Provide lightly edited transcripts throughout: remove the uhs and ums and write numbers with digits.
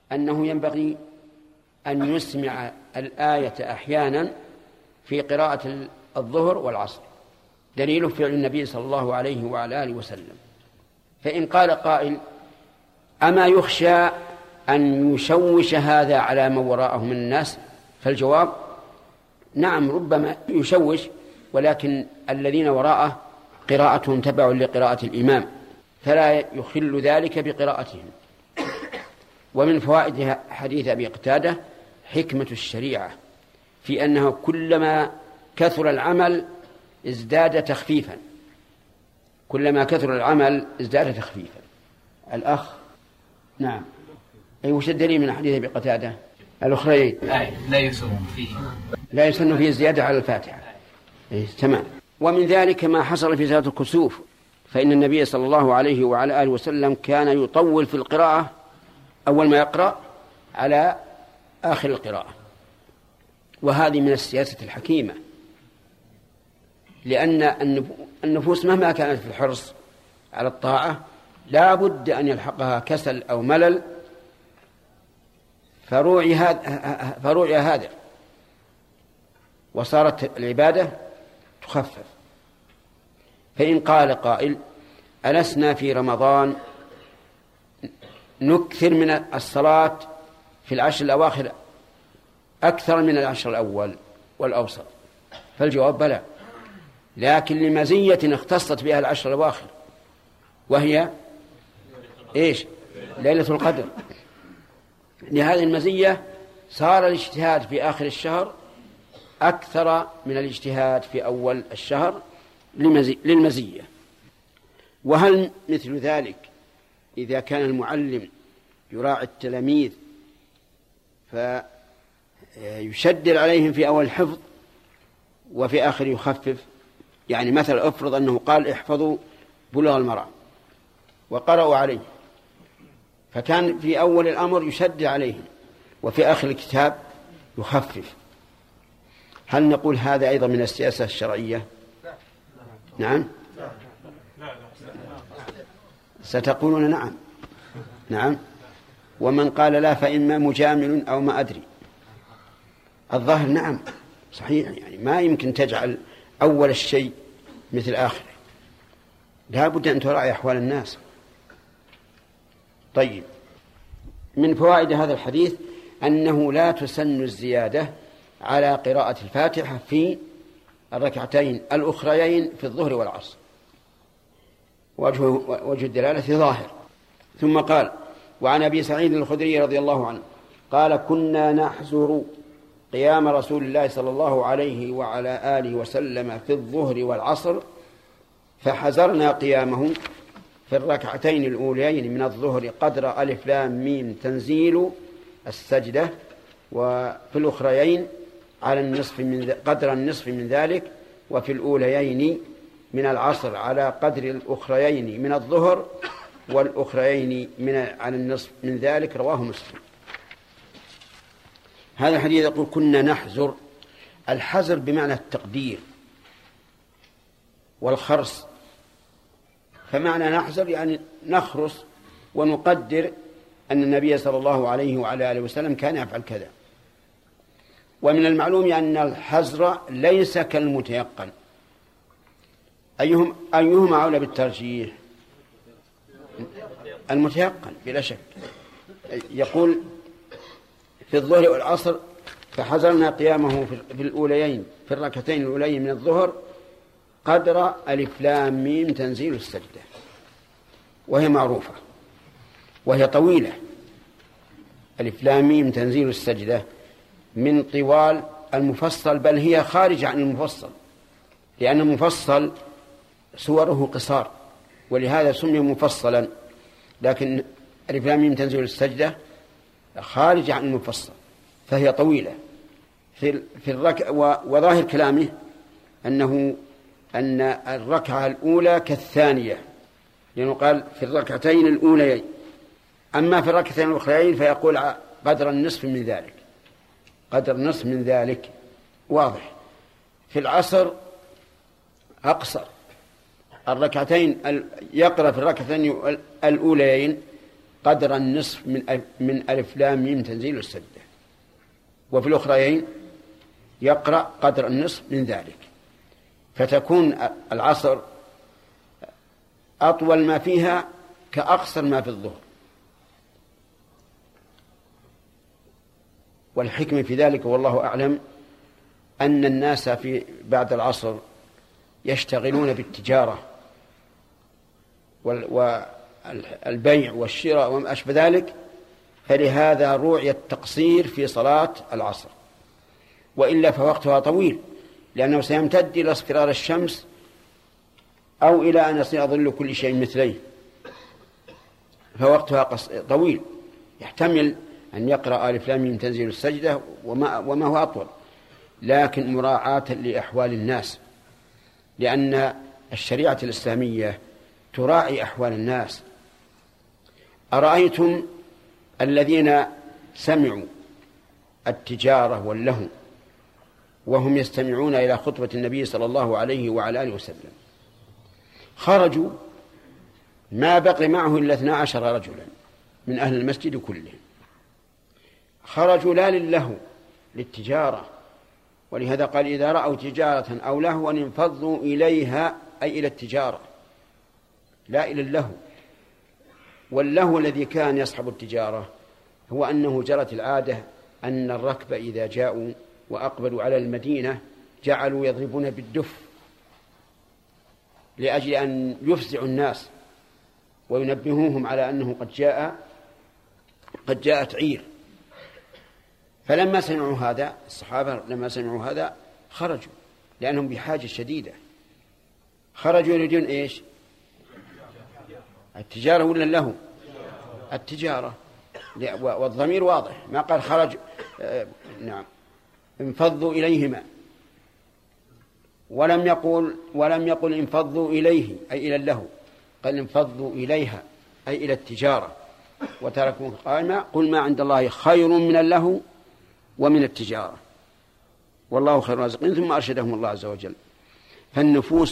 أنه ينبغي أن يسمع الآية أحيانا في قراءة الظهر والعصر، دليل فعل النبي صلى الله عليه وعلى آله وسلم. فإن قال قائل: أما يخشى أن يشوش هذا على من وراءه من الناس؟ فالجواب: نعم، ربما يشوش، ولكن الذين وراءه قراءتهم تبع لقراءة الإمام، فلا يخل ذلك بقراءتهم. ومن فوائد حديث أبي قتادة حكمة الشريعة في أنه كلما كثر العمل ازداد تخفيفا، كلما كثر العمل ازداد تخفيفا. الأخ نعم، أي وش الدليل من حديث أبي قتادة؟ الأخرين لا يسن فيه الزيادة على الفاتحة. تمام. ومن ذلك ما حصل في صلاة الكسوف، فإن النبي صلى الله عليه وعلى آله وسلم كان يطول في القراءة أول ما يقرأ على آخر القراءة، وهذه من السياسة الحكيمة، لأن النفوس مهما كانت في الحرص على الطاعة لا بد أن يلحقها كسل أو ملل، فروعي هذا، وصارت العبادة تخفف. فإن قال قائل: ألسنا في رمضان نكثر من الصلاة في العشر الأواخر أكثر من العشر الأول والأوسط؟ فالجواب: بلى، لكن لمزية اختصت بها العشر الأواخر، وهي إيش؟ ليلة القدر. لهذه المزية صار الاجتهاد في آخر الشهر أكثر من الاجتهاد في أول الشهر للمزية. وهل مثل ذلك إذا كان المعلم يراعي التلاميذ فيشدد عليهم في أول الحفظ وفي آخر يخفف؟ يعني مثلا افرض أنه قال: احفظوا بلوغ المرام، وقرأوا عليه، فكان في أول الأمر يشدد عليهم وفي آخر الكتاب يخفف، هل نقول هذا أيضا من السياسة الشرعية؟ نعم، ستقولون نعم. نعم. ومن قال لا فإما مجامل أو ما أدري. الظاهر نعم صحيح، يعني ما يمكن تجعل أول الشيء مثل آخره، لا بد أن تراعي أحوال الناس. طيب، من فوائد هذا الحديث أنه لا تسن الزيادة على قراءة الفاتحة في الركعتين الأخريين في الظهر والعصر، وجه الدلالة ظاهر. ثم قال: وعن أبي سعيد الخدري رضي الله عنه قال: كنا نحزر قيام رسول الله صلى الله عليه وعلى آله وسلم في الظهر والعصر، فحزرنا قيامه في الركعتين الأوليين من الظهر قدر ألف لام ميم تنزيل السجدة، وفي الأخريين على النصف قدر النصف من ذلك، وفي الأوليين من العصر على قدر الأخريين من الظهر، والأخريين على النصف من ذلك. رواه مسلم. هذا الحديث يقول: كنا نحزر. الحزر بمعنى التقدير والخرص، فمعنى نحزر يعني نخرص ونقدر أن النبي صلى الله عليه وعلى آله وسلم كان يفعل كذا. ومن المعلوم أن الحزر ليس كالمتيقن. أيهما أولى بالترجيح؟ المتيقن بلا شك. يقول: في الظهر والعصر فحزرنا قيامه في الأوليين في الركعتين الأوليين من الظهر قدر ألف لام ميم تنزيل السجدة، وهي معروفة وهي طويلة. ألف لام ميم تنزيل السجدة من طوال المفصل، بل هي خارجة عن المفصل، لأن المفصل سوره قصار، ولهذا سمي مفصلا. لكن ألف لام ميم تنزيل السجدة خارجة عن المفصل، فهي طويلة في وظاهر كلامه أن الركعة الأولى كالثانية، لأنه قال في الركعتين الأوليين. أما في الركعتين الأخريين فيقول قدر النصف من ذلك، قدر النصف من ذلك، واضح. في العصر أقصر، الركعتين يقرأ في الركعتين الأوليين قدر النصف من ألف لام ميم تنزيل السجدة، وفي الأخرين يقرأ قدر النصف من ذلك، فتكون العصر أطول ما فيها كأقصر ما في الظهر. والحكمة في ذلك والله أعلم أن الناس في بعد العصر يشتغلون بالتجارة والبيع والشراء وما أشبه ذلك، فلهذا روعي التقصير في صلاة العصر، وإلا فوقتها طويل، لأنه سيمتد إلى اصفرار الشمس أو إلى أن يصير ظل كل شيء مثليه، فوقتها طويل، يحتمل أن يقرأ ألف لام ميم تنزيل السجدة وما هو أطول، لكن مراعاة لأحوال الناس، لأن الشريعة الإسلامية تراعي أحوال الناس. أرأيتم الذين سمعوا التجارة واللهو وهم يستمعون إلى خطبة النبي صلى الله عليه وعلى آله وسلم، خرجوا ما بقي معه إلا 12 رجلا من أهل المسجد كله، خرجوا لا للهو، للتجارة، ولهذا قال إذا رأوا تجارة أو لهوا انفضوا إليها، أي إلى التجارة لا إلى اللهو. واللهو الذي كان يصحب التجارة هو أنه جرت العادة أن الركب إذا جاءوا وأقبلوا على المدينة جعلوا يضربون بالدف لأجل أن يفزعوا الناس وينبهوهم على أنه قد جاءت عير. فلما سمعوا هذا الصحابة لما سمعوا هذا خرجوا، لأنهم بحاجة شديدة، خرجوا يريدون إيش؟ التجارة ولا اللهو؟ التجارة، والضمير واضح، ما قال خرج نعم انفضوا إليهما، ولم يقل انفضوا إليه أي إلى اللهو، قال انفضوا إليها أي إلى التجارة، وتركوا قائمة قل ما عند الله خير من اللهو ومن التجارة والله خير الرازقين، ثم أرشدهم الله عز وجل. فالنفوس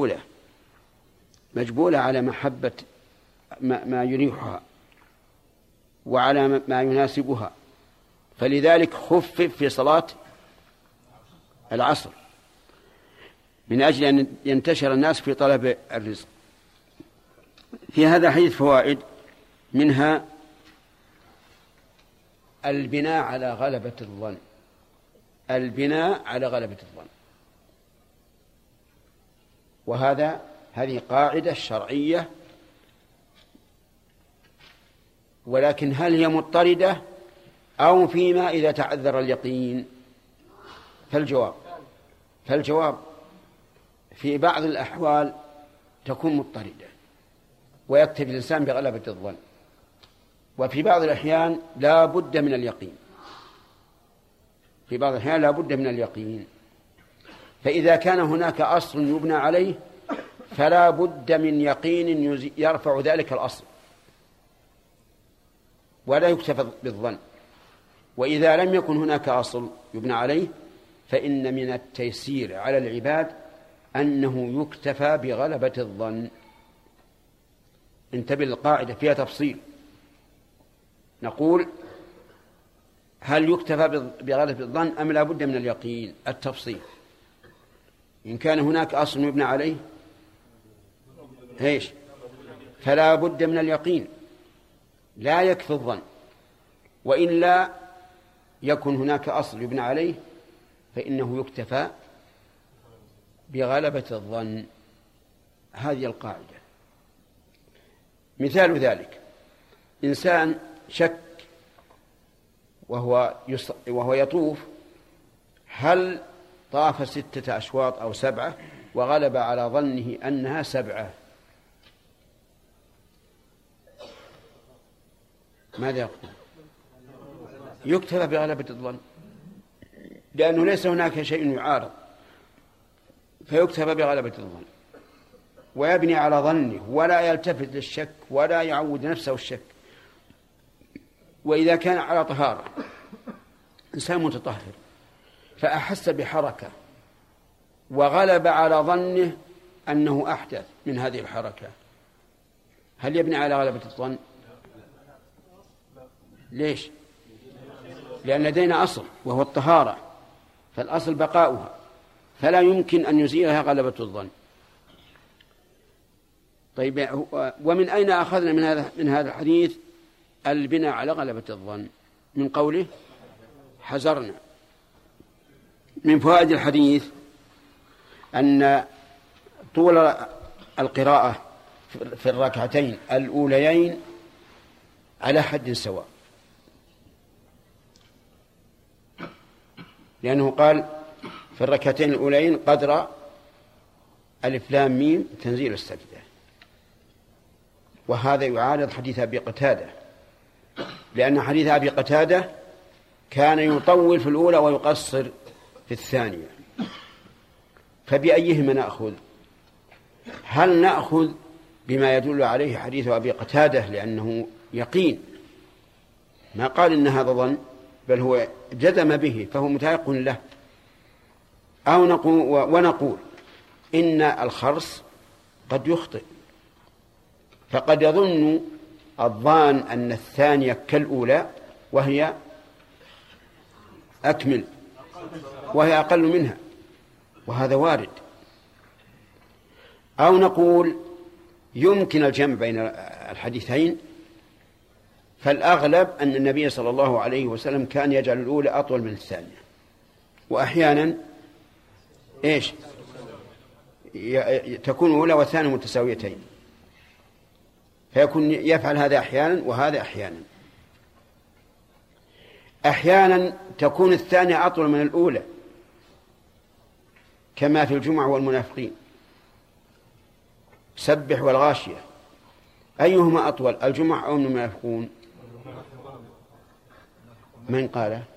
مجبولة على محبة ما يريحها وعلى ما يناسبها، فلذلك خفف في صلاة العصر من أجل أن ينتشر الناس في طلب الرزق. في هذا الحديث فوائد، منها البناء على غلبة الظن، البناء على غلبة الظن، هذه قاعدة شرعية، ولكن هل هي مضطردة أو فيما إذا تعذر اليقين؟ فالجواب في بعض الأحوال تكون مضطردة ويكتفي الإنسان بغلبة الظن، وفي بعض الأحيان لا بد من اليقين، فإذا كان هناك أصل يبنى عليه فلا بد من يقين يرفع ذلك الأصل ولا يكتفى بالظن. وإذا لم يكن هناك أصل يبنى عليه فإن من التيسير على العباد أنه يكتفى بغلبة الظن. انتبه للقاعدة فيها تفصيل، نقول هل يكتفى بغلبة الظن أم لا بد من اليقين؟ التفصيل، إن كان هناك أصل يبنى عليه فلا بد من اليقين، لا يكفي الظن، وإلا يكن هناك أصل يبنى عليه فإنه يكتفى بغلبة الظن. هذه القاعدة. مثال ذلك إنسان شك وهو يطوف هل طاف 6 أشواط أو 7، وغلب على ظنه أنها 7، ماذا يقول؟ يكتفى بغلبة الظن، لأنه ليس هناك شيء يعارض، فيكتفى بغلبة الظن ويبني على ظنه ولا يلتفت للشك ولا يعود نفسه الشك. وإذا كان على طهارة، إنسان متطهر فأحس بحركة وغلب على ظنه أنه أحدث من هذه الحركة، هل يبني على غلبة الظن؟ ليش؟ لأن لدينا أصل وهو الطهارة، فالأصل بقاؤها، فلا يمكن أن يزيلها غلبة الظن. طيب، ومن أين أخذنا من هذا الحديث البناء على غلبة الظن؟ من قوله حذرنا. من فوائد الحديث أن طول القراءة في الركعتين الأوليين على حد سواء، لأنه قال في الركعتين الأوليين قدر ألف لام ميم تنزيل السجدة، وهذا يعارض حديث أبي قتادة، لأن حديث أبي قتادة كان يطول في الأولى ويقصر في الثانية. فبأيهما نأخذ؟ هل نأخذ بما يدل عليه حديث أبي قتادة لأنه يقين، ما قال إن هذا ظن، بل هو جزم به فهو متيقن له، أو ونقول إن الخرص قد يخطئ، فقد يظن الظان أن الثانية كالأولى وهي أكمل وهي أقل منها، وهذا وارد. أو نقول يمكن الجمع بين الحديثين، فالأغلب أن النبي صلى الله عليه وسلم كان يجعل الأولى أطول من الثانية، وأحيانا تكون الأولى والثانية متساويتين، فيكون يفعل هذا أحيانا وهذا أحيانا. أحيانا تكون الثانية أطول من الأولى، كما في الجمعة والمنافقين، سبح والغاشية، أيهما أطول، الجمعة أو المنافقون؟ من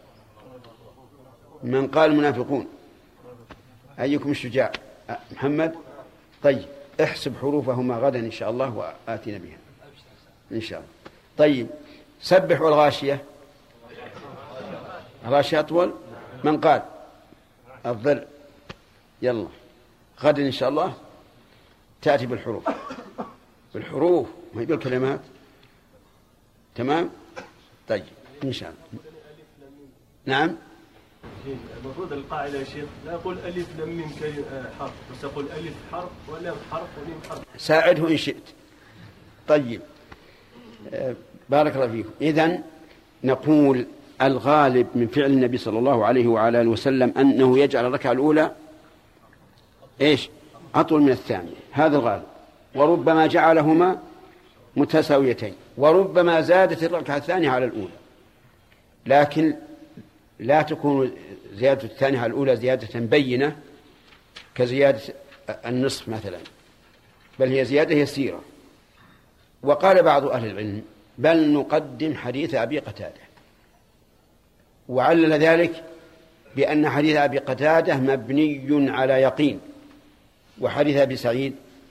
قال المنافقون؟ أيكم الشجاع؟ محمد؟ طيب، احسب حروفهما غدا إن شاء الله وآتنا بها إن شاء الله. طيب، سبح والغاشية، الغاشية أطول. من قال؟ الظل. يلا غدا إن شاء الله تأتي بالحروف ما هي بالكلمات. تمام. طيب إن شاء الله. نعم. المفروض القاعدة يا شيخ لا أقول ألف لام ميم حرف، بس أقول ألف حرف ولام حرف وميم حرف. ساعده إن شئت. طيب، بارك الله فيكم. إذن نقول الغالب من فعل النبي صلى الله عليه وعلى آله وسلم أنه يجعل الركعة الأولى أطول من الثانية، هذا الغالب، وربما جعلهما متساويتين، وربما زادت الركعة الثانية على الأولى، لكن لا تكون زيادة الثانية على الأولى زيادة بينة كزيادة النصف مثلا، بل هي زيادة يسيرة. وقال بعض أهل العلم بل نقدم حديث أبي قتادة، وعلل ذلك بأن حديث أبي قتادة مبني على يقين، وحديث أبي سعيد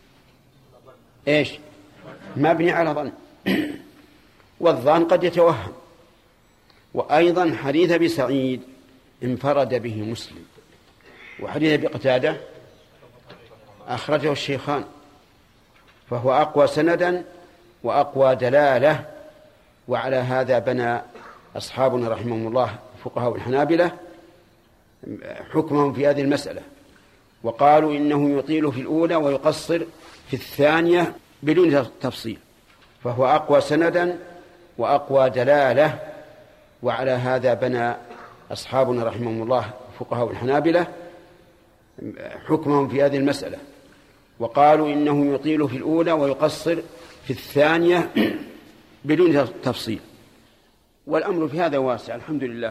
مبني على ظن، والظن قد يتوهم. وأيضا حديث أبي سعيد انفرد به مسلم، وحديث أبي قتادة أخرجه الشيخان، فهو أقوى سندا وأقوى دلالة. وعلى هذا بنى أصحابنا رحمهم الله فقهاء الحنابلة حكمهم في هذه المسألة، وقالوا إنه يطيل في الأولى ويقصر في الثانية بدون تفصيل، فهو أقوى سندا وأقوى دلالة. وعلى هذا بنى أصحابنا رحمهم الله فقهاء الحنابلة حكمهم في هذه المسألة، وقالوا إنه يطيل في الأولى ويقصر في الثانية بدون تفصيل. والأمر في هذا واسع الحمد لله.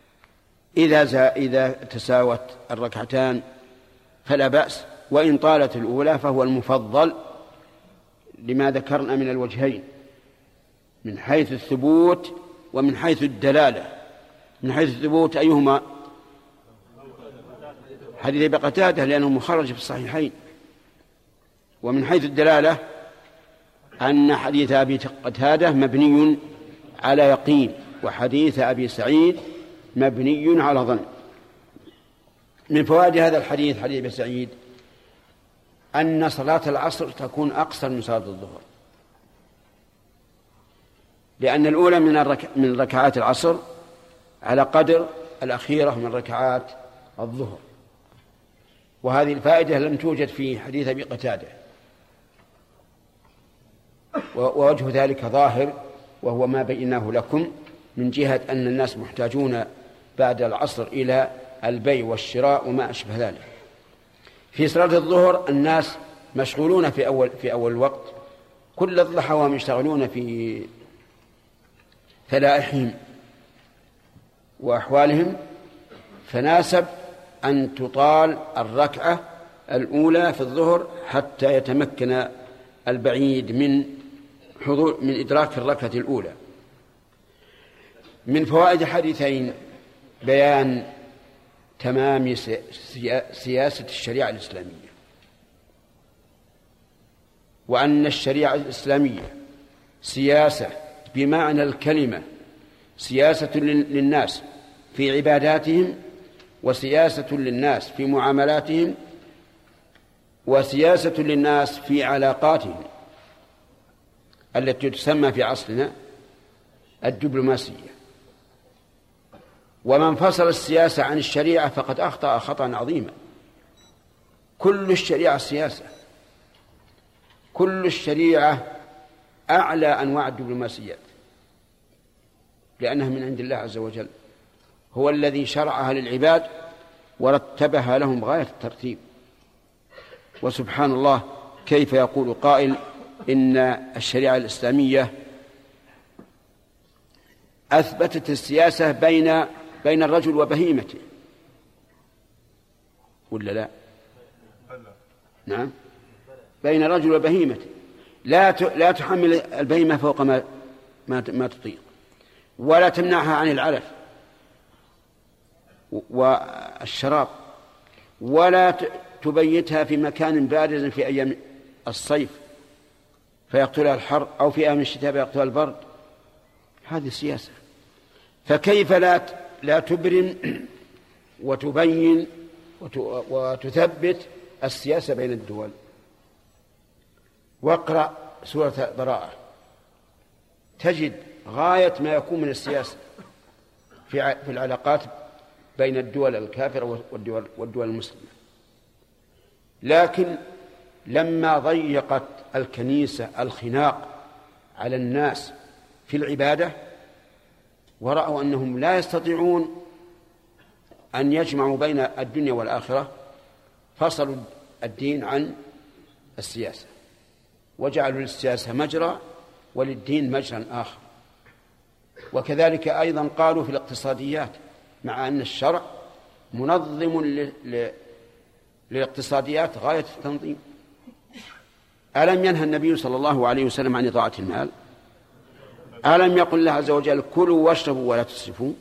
إذا تساوت الركعتان فلا بأس، وإن طالت الأولى فهو المفضل لما ذكرنا من الوجهين، من حيث الثبوت ومن حيث الدلالة. من حيث الثبوت أيهما؟ حديث أبي قتادة لأنه مخرج في الصحيحين. ومن حيث الدلالة أن حديث أبي قتادة مبني على يقين، وحديث أبي سعيد مبني على ظن. من فوائد هذا الحديث حديث أبي سعيد أن صلاة العصر تكون أقصر من صلاة الظهر، لأن الأولى من ركعات العصر على قدر الأخيرة من ركعات الظهر. وهذه الفائدة لم توجد في حديث أبي قتادة، ووجه ذلك ظاهر، وهو ما بيناه لكم من جهة أن الناس محتاجون بعد العصر إلى البيع والشراء وما أشبه ذلك. في صلاة الظهر الناس مشغولون في أول الوقت، كل الضحى وهم يشتغلون في فلائحهم وأحوالهم، فناسب أن تطال الركعة الأولى في الظهر حتى يتمكن البعيد من إدراك الركعة الأولى. من فوائد حديثين بيان تمام سياسة الشريعة الإسلامية، وأن الشريعة الإسلامية سياسة بمعنى الكلمة، سياسة للناس في عباداتهم، وسياسة للناس في معاملاتهم، وسياسة للناس في علاقاتهم التي تسمى في عصرنا الدبلوماسية. ومن فصل السياسة عن الشريعة فقد أخطأ خطأ عظيما. كل الشريعة سياسة، كل الشريعة أعلى أنواع الدبلوماسيات، لأنها من عند الله عز وجل، هو الذي شرعها للعباد ورتبها لهم غاية الترتيب. وسبحان الله، كيف يقول قائل إن الشريعة الإسلامية أثبتت السياسة بين الرجل وبهيمته، ولا لا؟ نعم، بين الرجل وبهيمته، لا تحمل البهيمة فوق ما تطيق، ولا تمنعها عن العلف والشراب، ولا تبيتها في مكان بارد في أيام الصيف فيقتلها الحر، أو في أيام الشتاء فيقتلها البرد. هذه السياسة. فكيف لا تبرم وتبين وتثبت السياسة بين الدول؟ واقرأ سورة براءة تجد غاية ما يكون من السياسة في العلاقات بين الدول الكافرة والدول المسلمة. لكن لما ضيقت الكنيسة الخناق على الناس في العبادة ورأوا أنهم لا يستطيعون أن يجمعوا بين الدنيا والآخرة، فصلوا الدين عن السياسة وجعلوا للسياسة مجرى وللدين مجرى آخر. وكذلك أيضا قالوا في الاقتصاديات، مع أن الشرع منظم للاقتصاديات غاية التنظيم. ألم ينهى النبي صلى الله عليه وسلم عن إضاعة المال؟ ألم يقل الله عز وجل كلوا واشربوا ولا تسرفوا؟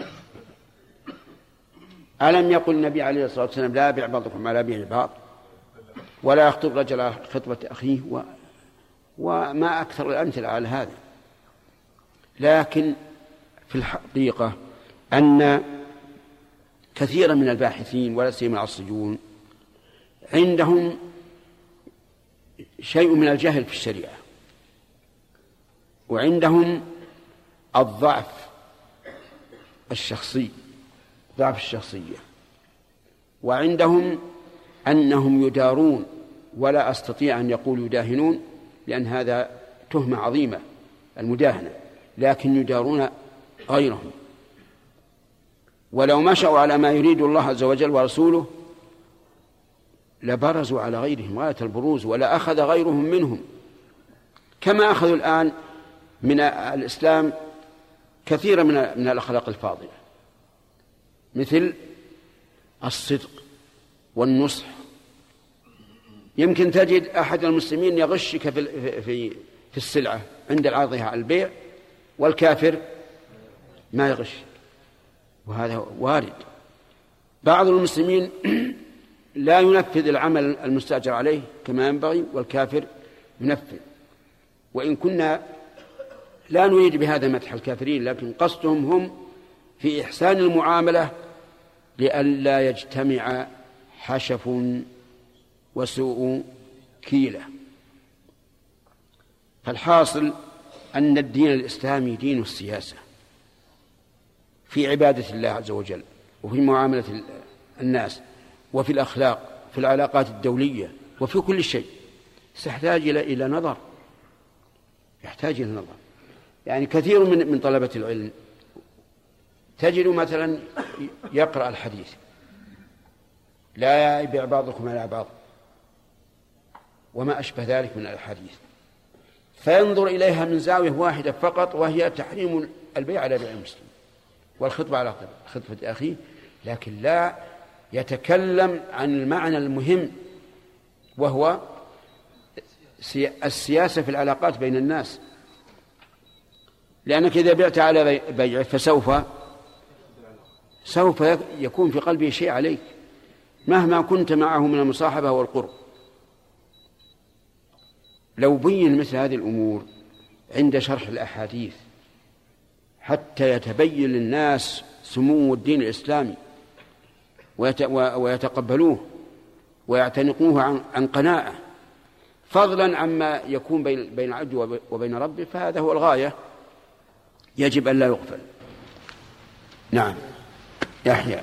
ألم يقل النبي عليه الصلاة والسلام لا يبيع بعضكم على بيع بعض، ولا يخطب رجل على خطبة أخيه، وما أكثر الأمثلة على هذا. لكن في الحقيقة أن كثيرا من الباحثين ولا سيما العصريون عندهم شيء من الجهل في الشريعة، وعندهم الضعف الشخصي، ضعف الشخصية، وعندهم أنهم يدارون، ولا أستطيع أن يقول يداهنون لأن هذا تهمة عظيمة المداهنة، لكن يدارون غيرهم. ولو مشوا على ما يريد الله عز وجل ورسوله لبرزوا على غيرهم غاية البروز، ولا أخذ غيرهم منهم، كما أخذوا الآن من الإسلام كثيرا من الأخلاق الفاضلة، مثل الصدق والنصح. يمكن تجد أحد المسلمين يغشك في السلعة عند عرضها على البيع، والكافر ما يغش، وهذا وارد. بعض المسلمين لا ينفذ العمل المستأجر عليه كما ينبغي، والكافر ينفذ. وإن كنا لا نريد بهذا مدح الكافرين، لكن قصدهم هم في إحسان المعاملة لئلا يجتمع حشف وسوء كيلة. فالحاصل أن الدين الإسلامي دين السياسة في عبادة الله عز وجل، وفي معاملة الناس، وفي الأخلاق، في العلاقات الدولية، وفي كل شيء. سيحتاج إلى نظر، يحتاج إلى نظر. يعني كثير من طلبة العلم تجد مثلا يقرأ الحديث: لا يبيع بعضكم على بعض، وما أشبه ذلك من الحديث، فينظر إليها من زاوية واحدة فقط، وهي تحريم البيع على بيع المسلم والخطبة على خطبة أخيه، لكن لا يتكلم عن المعنى المهم، وهو السياسة في العلاقات بين الناس. لأنك إذا بعت على بيع فسوف يكون في قلبه شيء عليك مهما كنت معه من المصاحبة والقرب. لو بين مثل هذه الأمور عند شرح الأحاديث حتى يتبين للناس سمو الدين الإسلامي ويتقبلوه ويعتنقوه عن قناعة، فضلا عما يكون بين العبد وبين ربه، فهذا هو الغاية، يجب أن لا يغفل. نعم. يحيى.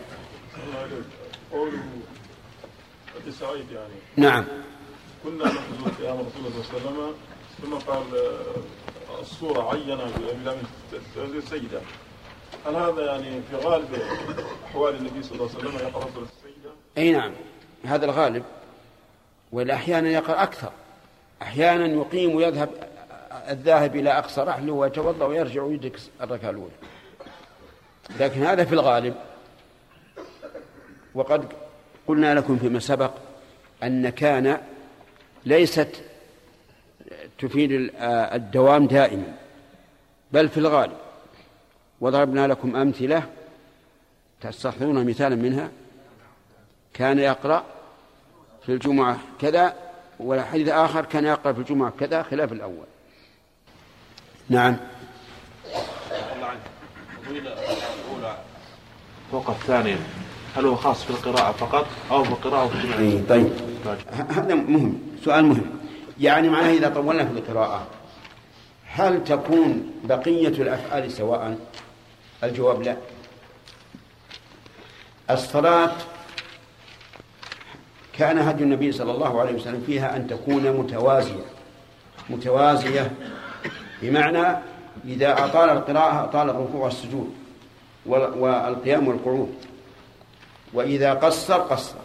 سعيد يعني. نعم. كنا نحن في أمر رسول الله صلى الله عليه وسلم ثم قال الصورة عينة بلام السيدة. هل هذا يعني في غالب أحوال النبي صلى الله عليه وسلم يقرأ صورة السيدة؟ أي نعم، هذا الغالب، والأحيانا يقرأ أكثر. أحيانا يقيم ويذهب الذاهب إلى أقصى رحله ويتوضأ ويرجع ويدرك الركعة الأولى، لكن هذا في الغالب. وقد قلنا لكم فيما سبق أن كان ليست تفيد الدوام دائما، بل في الغالب. وضربنا لكم أمثلة تستحضرون مثالا منها: كان يقرأ في الجمعة كذا، والحديث آخر كان يقرأ في الجمعة كذا، خلاف الأول. نعم. الله عنك. الفضيلة الأولى فوق الثانية، هل هو خاص في القراءة فقط أو في القراءة وفي الجمعة؟ طيب، هذا مهم، سؤال مهم. يعني معناه إذا طولنا في القراءة هل تكون بقية الأفعال سواء؟ الجواب لا. الصلاة كان هدي النبي صلى الله عليه وسلم فيها أن تكون متوازية، بمعنى إذا أطال القراءة أطال الركوع والسجود والقيام والقعود، وإذا قصر.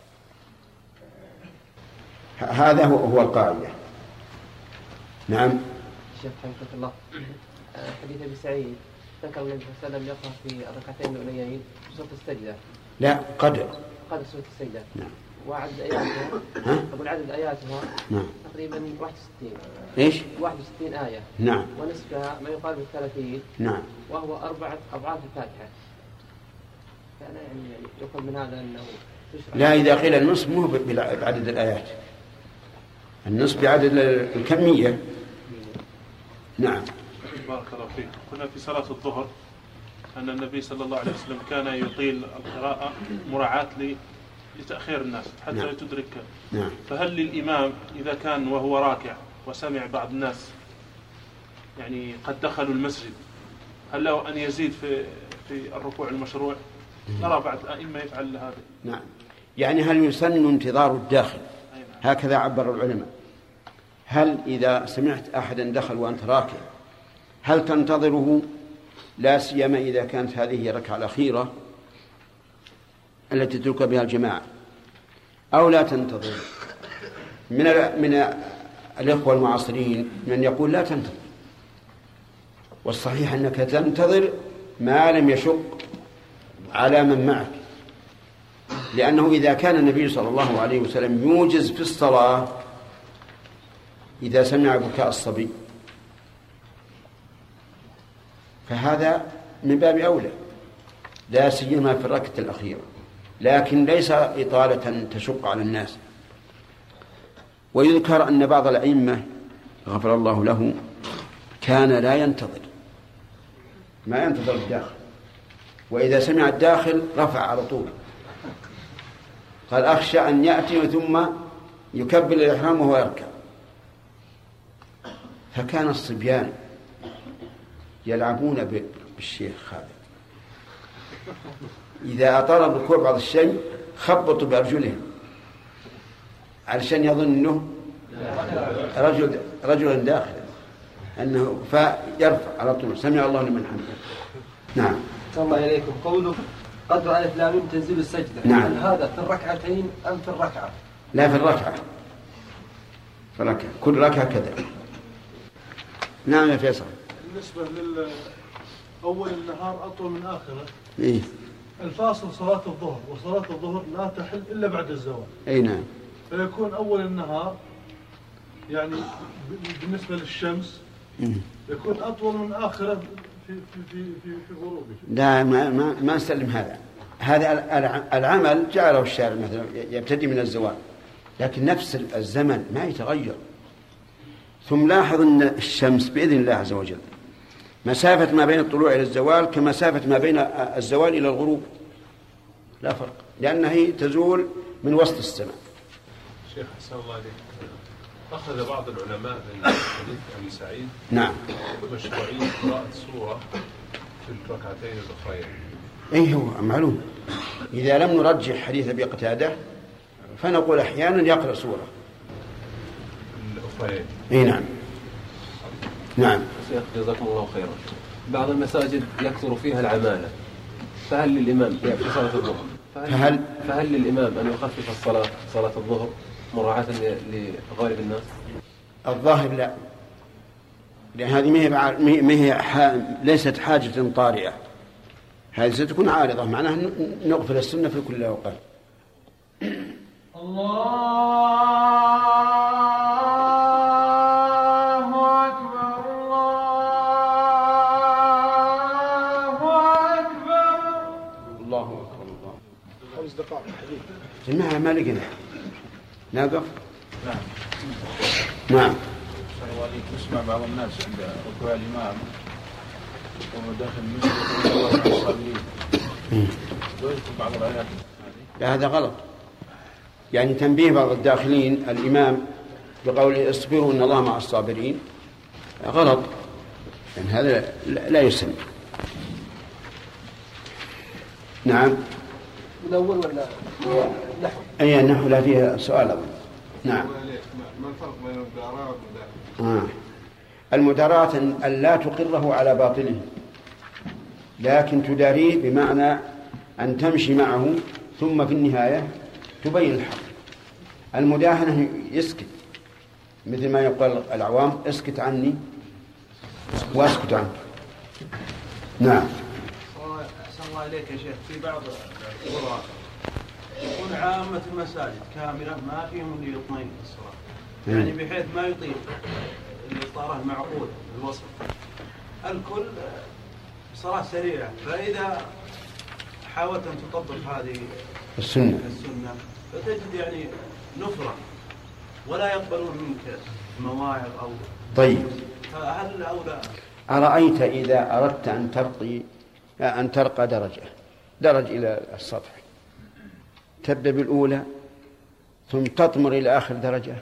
هذا هو القاعدة. نعم. شيخ حفظك الله، حديث أبي سعيد ذكر النبي صلى الله عليه وسلم يقرأ في الركعتين الأوليين سورة السجدة. لا، قدر سورة السجدة. نعم. وعدد آياتها، أقول عدد آياتها نعم. تقريبا 61. إيش؟ 61 آية. نعم. ونصفها ما يقارب 30. نعم. وهو 4 أضعاف الفاتحة. فأنا يعني يقول من هذا أنه لا، إذا قيل النصف مو بعدد الآيات، النصف بعدد الكمية. نعم. بارك الله فيك. كنا في صلاة الظهر أن النبي صلى الله عليه وسلم كان يطيل القراءة مراعاة لتأخير الناس حتى نعم. تدرك. نعم. فهل للإمام إذا كان وهو راكع وسمع بعض الناس يعني قد دخلوا المسجد، هل له أن يزيد في الركوع المشروع؟ نرى بعض الأئمة يفعل هذا. نعم. يعني هل يسن انتظار الداخل؟ هكذا عبر العلماء. هل إذا سمعت أحدا دخل وأنت راكع هل تنتظره، لا سيما إذا كانت هذه الركعة الأخيرة التي تلقى بها الجماعة، أو لا تنتظر؟ من الإخوة المعاصرين من يقول لا تنتظر، والصحيح أنك تنتظر ما لم يشق على من معك، لأنه إذا كان النبي صلى الله عليه وسلم يوجز في الصلاة إذا سمع بكاء الصبي، فهذا من باب أولى، لا سيما في الركعة الأخيرة، لكن ليس إطالة تشق على الناس. ويذكر أن بعض الأئمة غفر الله له كان لا ينتظر، ما ينتظر الداخل، وإذا سمع الداخل رفع على طول، قال أخشى أن يأتي ثم يكبر الإحرام وهو يركع. فكان الصبيان يلعبون بالشيخ هذا، إذا أطال الركوع بعض الشيء خبطوا بأرجلهم علشان يظن أنه رجلا داخل، أنه فيرفع على طول سمع الله لمن حمده. نعم. الله إليكم. قوله قدر ألف لام ميم تنزيل السجدة، نعم. هل هذا في الركعتين أم في الركعة؟ لا، في الركعة، في الركعة، كل ركعة كذا. نعم يا فيصل. بالنسبة أول النهار أطول من آخره. إيه؟ الفاصل صلاة الظهر، وصلاة الظهر لا تحل إلا بعد الزوال. أي نعم. فيكون أول النهار يعني بالنسبة للشمس يكون أطول من آخره في غروبه. لا، ما نسلم هذا العمل جعله الشارع مثلا يبتدي من الزوال، لكن نفس الزمن ما يتغير. ثم لاحظ أن الشمس بإذن الله عز وجل مسافة ما بين الطلوع إلى الزوال كمسافة ما بين الزوال إلى الغروب، لا فرق، لأنها تزول من وسط السماء. شيخ حسن الله عليك، أخذ بعض العلماء من حديث أبي سعيد نعم مشروعية قراءة سورة في الركعتين الأخرين. أي هو معلوم، إذا لم نرجح حديث أبي قتادة فنقول أحيانا يقرأ سورة الأخرين. أي نعم. نعم. شيخ جزاكم الله خيرا. بعض المساجد يكثر فيها العمالة، فهل للإمام في صلاة الظهر فهل للإمام أن يخفف الصلاة صلاة الظهر مراعاة لغالب الناس؟ الظاهر لا، لأن هذه ليست حاجة طارئة، هذه ستكون عارضة، معناها نغفل السنة في كل أوقات. جماعة ما لقنا نقف. نعم. نسمع بعض الناس عند ركوع الإمام وهو داخل المسجد يقول الصابرين ويذكر بعض الآيات. لا، هذا غلط، يعني تنبيه بعض الداخلين الإمام بقوله اصبروا إن الله مع الصابرين غلط، يعني هذا لا يسمى. نعم. من أول ولا نحو؟ أي النحو لا فيها سؤال أظن. نعم. ما الفرق بين المداراة والمداراة؟ المداراة أن لا تقره على باطله، لكن تداريه بمعنى أن تمشي معه ثم في النهاية تبين الحق. المداهنة يسكت، مثل ما يقول العوام اسكت عني واسكت عنك. نعم. أحسن الله إليك يا شيخ، في بعض القرى يكون عامة المساجد كاملة ما فيهم اللي يطمئن في الصلاة، يعني بحيث ما يطيق الإطارة المعقول الوسط، الكل صلاة سريعة، فإذا حاولت أن تطبق هذه السنة فتجد يعني نفرة ولا يقبلون منك مواعظ أو طيب. هل أولى؟ أرأيت إذا أردت أن ترقى درج إلى السطح، تبدأ بالأولى ثم تطمر إلى آخر درجة،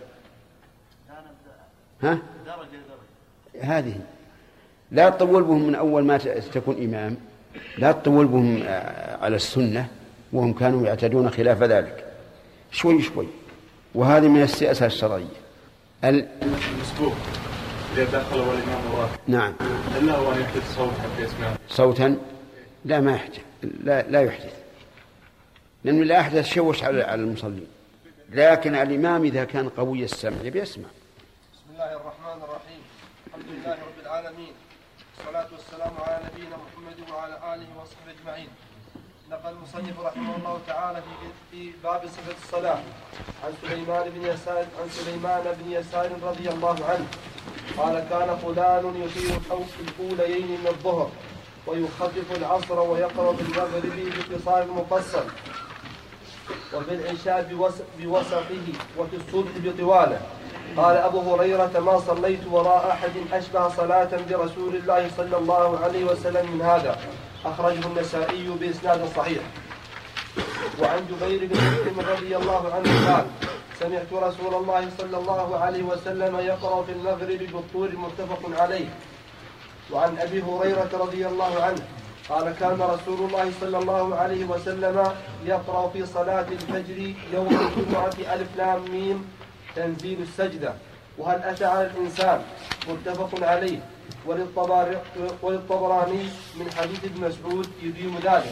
ها؟ درجة هذه لا تطول بهم من أول ما تكون إمام، لا تطول بهم على السنة، وهم كانوا يعتدون خلاف ذلك، شوي شوي، وهذه من السياسة الشرعية. المسبوق إذا دخل والإمام الراكع نعم، هل هو أن يحدث صوت حتى يسمع؟ صوتا؟ لا، ما يحدث، لا يحدث، لأنه لا أحدث شوش على المصلين، لكن الإمام إذا كان قوي السمع بيسمع. بسم الله الرحمن الرحيم، الحمد لله رب العالمين، والصلاة والسلام على نبينا محمد وعلى آله وصحبه أجمعين. نقل المصنف رحمه الله تعالى في باب صفة الصلاة عن سليمان بن يسار رضي الله عنه قال: كان فلان يطيل الأوليين من الظهر ويخفف العصر ويقرأ بالمغرب باختصار مفصل، وفي العشاء بوسطه، وفي الصبح بطواله. قال أبو هريرة: ما صليت وراء أحد أشبه صلاة برسول الله صلى الله عليه وسلم من هذا. أخرجه النسائي بإسناد صحيح. وعن جبير بن مسلم رضي الله عنه قال: سمعت رسول الله صلى الله عليه وسلم يقرأ في المغرب بالطور، متفق عليه. وعن أبي هريرة رضي الله عنه قال كان رسول الله صلى الله عليه وسلم يقرأ في صلاة الفجر يوم الجمعة ألف لام ميم تنزيل السجدة وهل أتى على الإنسان متفق عليه وللطبراني من حديث ابن مسعود يديم ذلك.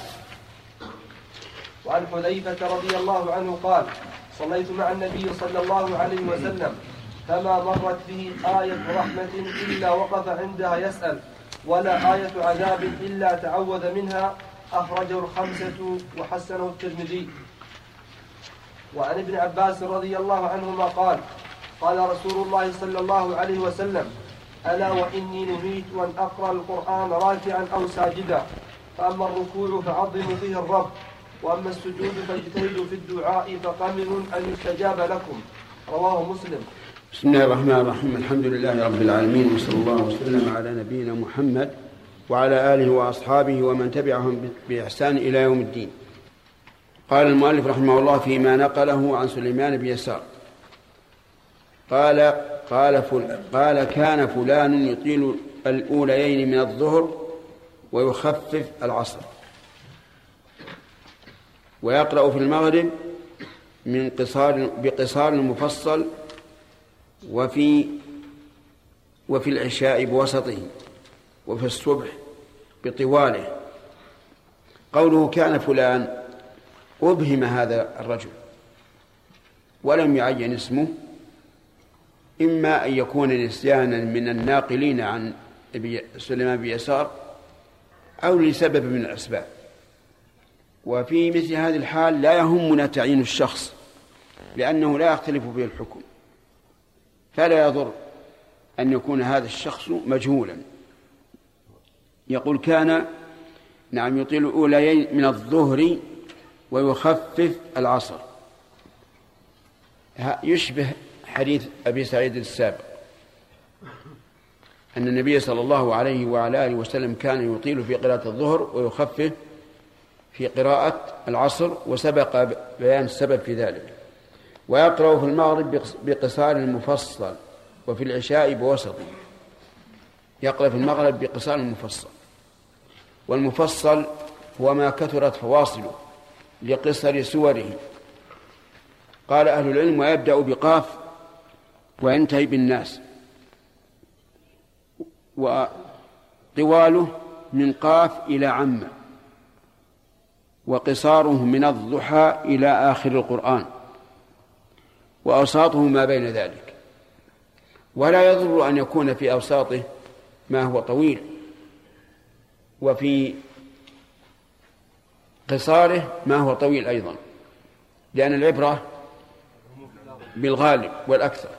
وعن حذيفة رضي الله عنه قال صليت مع النبي صلى الله عليه وسلم فما مرت به آية رحمة إلا وقف عندها يسأل ولا آية عذاب إلا تعوذ منها أخرجه الخمسة وحسنه الترمذي. وعن ابن عباس رضي الله عنهما قال قال رسول الله صلى الله عليه وسلم ألا وإني نهيت أن أقرأ القرآن راكعا أو ساجدا فأما الركوع فعظموا فيه الرب وأما السجود فاجتهدوا في الدعاء فقمن أن يستجاب لكم. رواه مسلم. بسم الله الرحمن الرحيم. الحمد لله رب العالمين وصلى الله وسلم على نبينا محمد وعلى آله وأصحابه ومن تبعهم بإحسان إلى يوم الدين. قال المؤلف رحمه الله فيما نقله عن سليمان بن يسار قال كان فلان يطيل الأوليين من الظهر ويخفف العصر ويقرأ في المغرب بقصار مفصل وفي العشاء بوسطه وفي الصبح بطواله. قوله كان فلان أبهم هذا الرجل ولم يعين اسمه، إما أن يكون نسيانا من الناقلين عن سليمان بن يسار أو لسبب من الأسباب. وفي مثل هذه الحال لا يهمنا تعيين الشخص لأنه لا يختلف فيه الحكم، فلا يضر أن يكون هذا الشخص مجهولا. يقول كان يطيل الأوليين من الظهر ويخفف العصر، يشبه حديث أبي سعيد السابق أن النبي صلى الله عليه وعلى آله وسلم كان يطيل في قراءة الظهر ويخفف في قراءة العصر، وسبق بيان السبب في ذلك. ويقرأ في المغرب بقصار مفصل وفي العشاء بوسطه. يقرأ في المغرب بقصار مفصل، والمفصل هو ما كثرت فواصله لقصر سوره. قال أهل العلم ويبدأ بقاف وينتهي بالناس، وطواله من قاف إلى عم، وقصاره من الضحى إلى آخر القرآن، وأوساطه ما بين ذلك. ولا يضر أن يكون في أوساطه ما هو طويل، وفي قصاره ما هو طويل أيضا، لأن العبرة بالغالب والأكثر.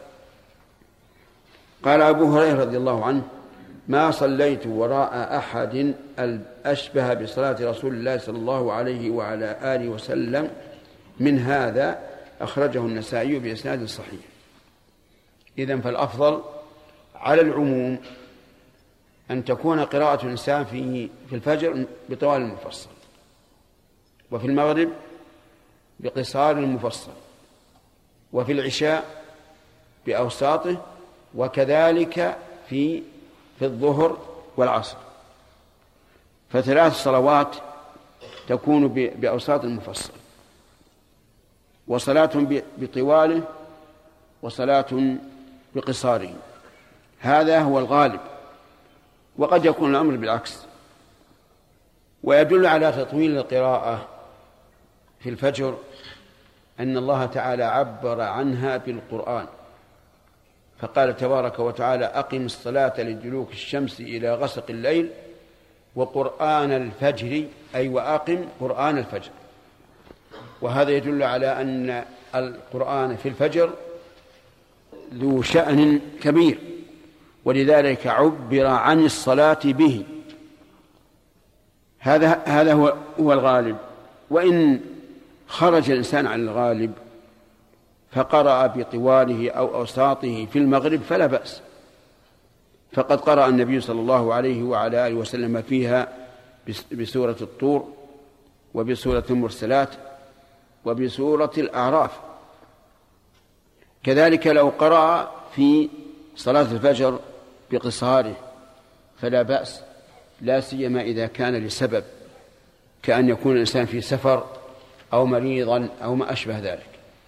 قال أبو هريرة رضي الله عنه ما صليت وراء أحد أشبه بصلاة رسول الله صلى الله عليه وعلى آله وسلم من هذا، أخرجه النسائي بإسناد صحيح. إذن فالأفضل على العموم أن تكون قراءة الإنسان في الفجر بطوال المفصل، وفي المغرب بقصار المفصل، وفي العشاء بأوساطه، وكذلك في الظهر والعصر. فثلاث صلوات تكون بأوساط المفصل، وصلاة بطواله، وصلاة بقصاره. هذا هو الغالب، وقد يكون الأمر بالعكس. ويدل على تطويل القراءة في الفجر أن الله تعالى عبر عنها بالقرآن، فقال تبارك وتعالى أقم الصلاة لدلوك الشمس إلى غسق الليل وقرآن الفجر، أي وأقم قرآن الفجر. وهذا يدل على أن القرآن في الفجر ذو شأن كبير، ولذلك عبر عن الصلاة به. هذا هو الغالب. وإن خرج الإنسان عن الغالب فقرأ بطواله أو أوساطه في المغرب فلا بأس، فقد قرأ النبي صلى الله عليه وعلى آله وسلم فيها بسورة الطور وبسورة المرسلات وبسورة الأعراف. كذلك لو قرأ في صلاة الفجر بقصاره فلا بأس، لا سيما إذا كان لسبب، كأن يكون الإنسان في سفر أو مريضا أو ما أشبه ذلك.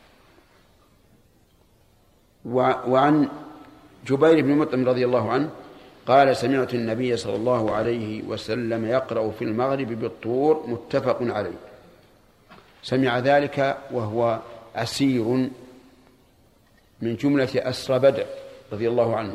وعن جبير بن مطعم رضي الله عنه قال: سمعت النبي صلى الله عليه وسلم يقرأ في المغرب بالطور، متفق عليه. سمع ذلك وهو أسير من جملة أسرى بدر رضي الله عنه،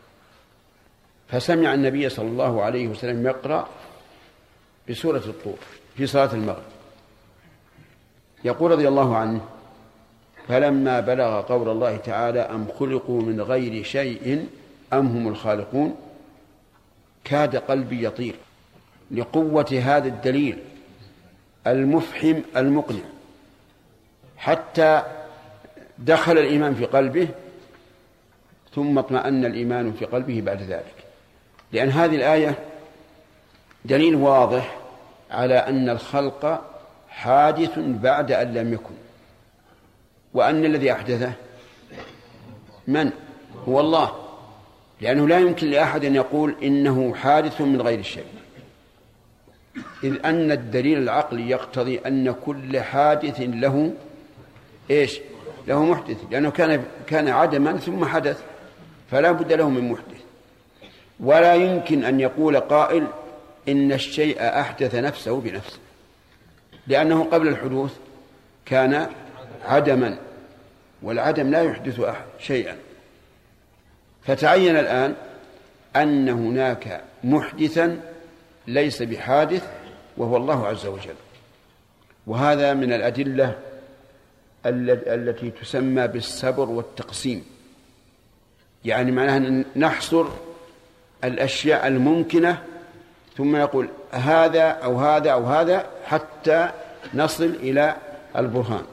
فسمع النبي صلى الله عليه وسلم يقرأ بسورة الطور في صلاة المغرب. يقول رضي الله عنه: فلما بلغ قول الله تعالى: أم خلقوا من غير شيء أم هم الخالقون، كاد قلبي يطير لقوة هذا الدليل المفحم المقنع، حتى دخل الإيمان في قلبه، ثم اطمأن الإيمان في قلبه بعد ذلك. لأن هذه الآية دليل واضح على أن الخلق حادث بعد أن لم يكن، وأن الذي أحدثه من؟ هو الله، لأنه لا يمكن لأحد أن يقول إنه حادث من غير شيء، إذ أن الدليل العقلي يقتضي أن كل حادث له إيش؟ له محدث، لأنه كان عدما ثم حدث، فلا بد له من محدث. ولا يمكن أن يقول قائل إن الشيء أحدث نفسه بنفسه، لأنه قبل الحدوث كان عدما، والعدم لا يحدث شيئا. فتعين الآن أن هناك محدثا ليس بحادث وهو الله عز وجل. وهذا من الأدلة التي تسمى بالصبر والتقسيم، يعني معناها أن نحصر الأشياء الممكنة ثم يقول هذا أو هذا أو هذا حتى نصل إلى البرهان.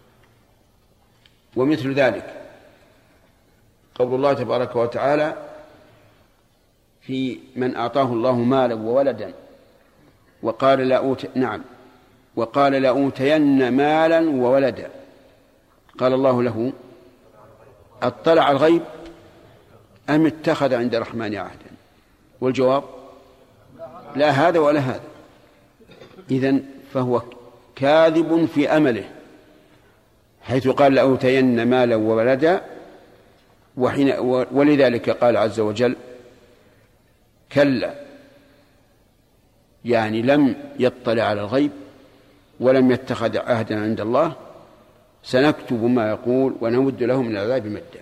ومثل ذلك قول الله تبارك وتعالى في من أعطاه الله مالا وولدا وقال لأوتين مالا وولدا، قال الله له: اطلع الغيب أم اتخذ عند الرحمن عهدا؟ والجواب: لا هذا ولا هذا. إذن فهو كاذب في أمله، حيث قال لأوتين مالا وولدا، ولذلك قال عز وجل: كلا، يعني لم يطلع على الغيب ولم يتخذ عهدا عند الله، سنكتب ما يقول ونمد له من العذاب مدا.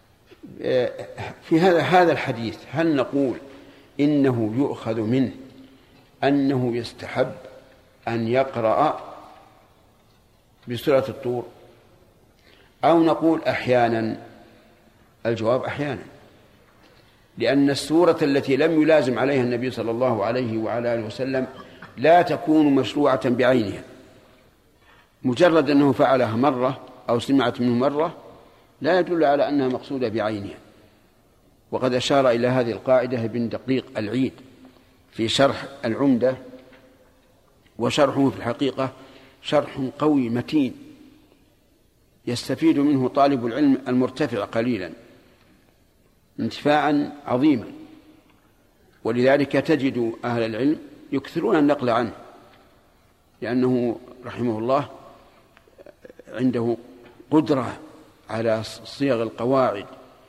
في هذا الحديث هل نقول إنه يؤخذ منه أنه يستحب أن يقرأ بسورة الطور، أو نقول أحيانا؟ الجواب: أحيانا، لأن السورة التي لم يلازم عليها النبي صلى الله عليه وعلى آله وسلم لا تكون مشروعة بعينها. مجرد أنه فعلها مرة أو سمعت منه مرة لا يدل على أنها مقصودة بعينها. وقد أشار إلى هذه القاعدة ابن دقيق العيد في شرح العمدة، وشرحه في الحقيقة شرح قوي متين يستفيد منه طالب العلم المرتفع قليلا انتفاعا عظيما، ولذلك تجد أهل العلم يكثرون النقل عنه، لأنه رحمه الله عنده قدرة على صيغ القواعد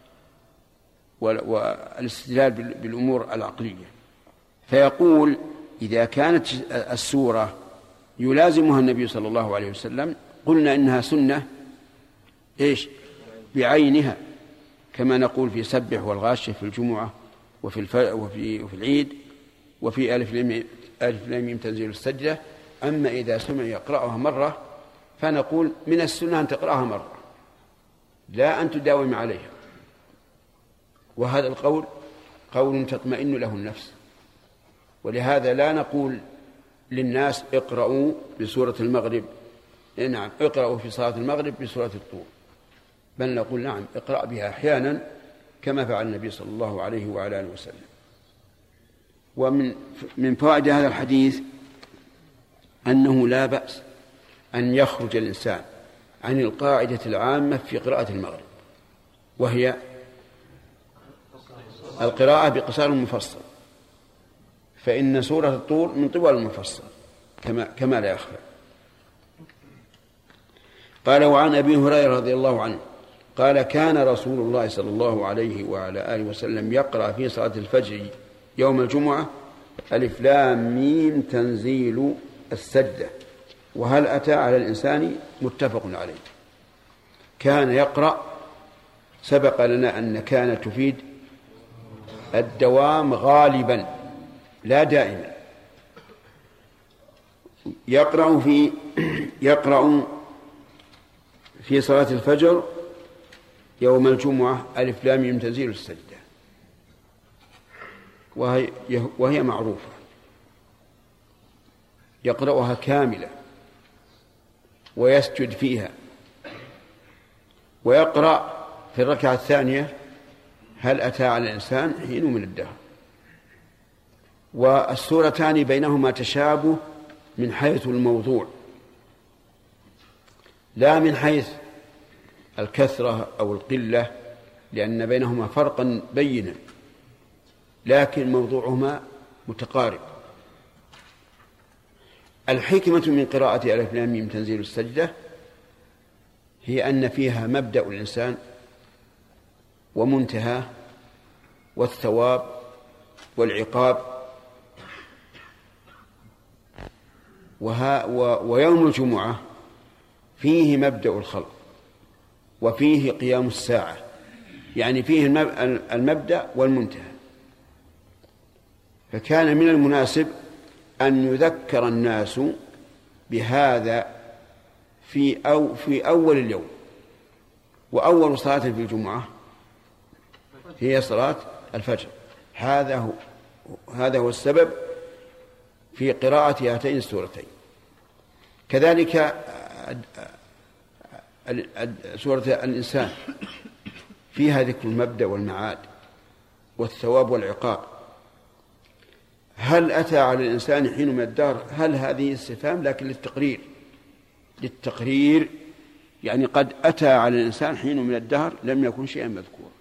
والاستدلال بالأمور العقلية. فيقول: إذا كانت السورة يلازمها النبي صلى الله عليه وسلم قلنا إنها سنة بعينها، كما نقول في سبح والغاشية في الجمعة وفي العيد وفي ألف لام ميم تنزيل السجدة. أما إذا سمع يقرأها مرة فنقول من السنة أن تقرأها مرة، لا أن تداوم عليها. وهذا القول قول تطمئن له النفس، ولهذا لا نقول للناس اقرأوا بسورة المغرب، نعم اقرأوا في صلاة المغرب بسورة الطور، بل نقول نعم اقرأ بها أحيانا كما فعل النبي صلى الله عليه وعلى آله وسلم. ومن فوائد هذا الحديث أنه لا بأس أن يخرج الإنسان عن القاعدة العامة في قراءة المغرب، وهي القراءة بقصار مفصل، فإن سورة الطور من طوال المفصل كما لا يخفى. قال: وعن أبي هريرة رضي الله عنه قال: كان رسول الله صلى الله عليه وعلى آله وسلم يقرأ في صلاة الفجر يوم الجمعة: ألف لام ميم تنزيل السجدة وهل أتى على الإنسان، متفق عليه. كان يقرأ، سبق لنا أن كان تفيد الدوام غالبا لا دائما. يقرأ في صلاة الفجر يوم الجمعة: ألف لام ميم تنزيل السجدة، وهي معروفة، يقرأها كاملة ويسجد فيها، ويقرأ في الركعة الثانية: هل أتى على الإنسان حين من الدهر. والسورتان بينهما تشابه من حيث الموضوع، لا من حيث الكثرة أو القلة، لأن بينهما فرقا بينا، لكن موضوعهما متقارب. الحكمة من قراءة ألف لام ميم تنزيل السجدة هي أن فيها مبدأ الإنسان ومنتهى والثواب والعقاب. ويوم الجمعة فيه مبدأ الخلق وفيه قيام الساعة، يعني فيه المبدأ والمنتهى. فكان من المناسب أن يذكر الناس بهذا في أول اليوم. وأول صلاة في الجمعة هي صلاة الفجر. هذا هو السبب في قراءة هاتين السورتين. كذلك سورة الإنسان فيها ذكر المبدأ والمعاد والثواب والعقاب. هل أتى على الإنسان حين من الدهر، هل هذه استفهام لكن للتقرير، يعني قد أتى على الإنسان حين من الدهر لم يكن شيئا مذكورا.